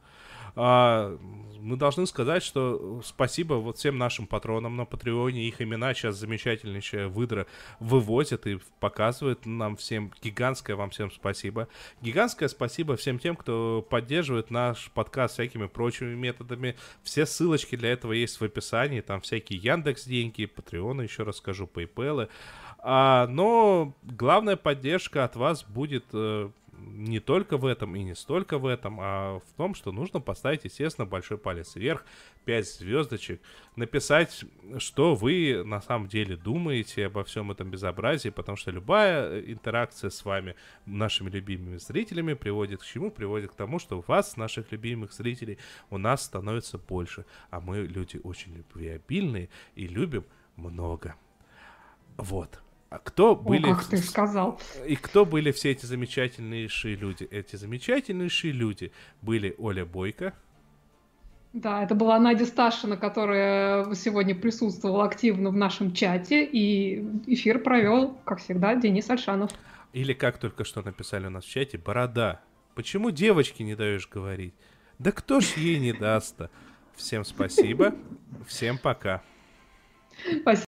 А, мы должны сказать, что спасибо вот всем нашим патронам на Патреоне. Их имена сейчас замечательнейшая выдра вывозят и показывает нам всем. Гигантское вам всем спасибо. Гигантское спасибо всем тем, кто поддерживает наш подкаст всякими прочими методами. Все ссылочки для этого есть в описании. Там всякие Яндекс деньги, Патреоны, еще раз скажу, PayPal. А, но главная поддержка от вас будет э, не только в этом и не столько в этом, а в том, что нужно поставить, естественно, большой палец вверх, пять звездочек, написать, что вы на самом деле думаете обо всем этом безобразии, потому что любая интеракция с вами, нашими любимыми зрителями, приводит к чему? Приводит к тому, что у вас, наших любимых зрителей, у нас становится больше, а мы люди очень любвеобильные и любим много. Вот. А кто были... О, как ты сказал. И кто были все эти замечательнейшие люди? Эти замечательнейшие люди были Оля Бойко. Да, это была Надя Сташина, которая сегодня присутствовала активно в нашем чате, и эфир провел, как всегда, Денис Альшанов. Или, как только что написали у нас в чате, Борода. Почему девочке не даешь говорить? Да кто ж ей не даст-то? Всем спасибо, всем пока. Спасибо.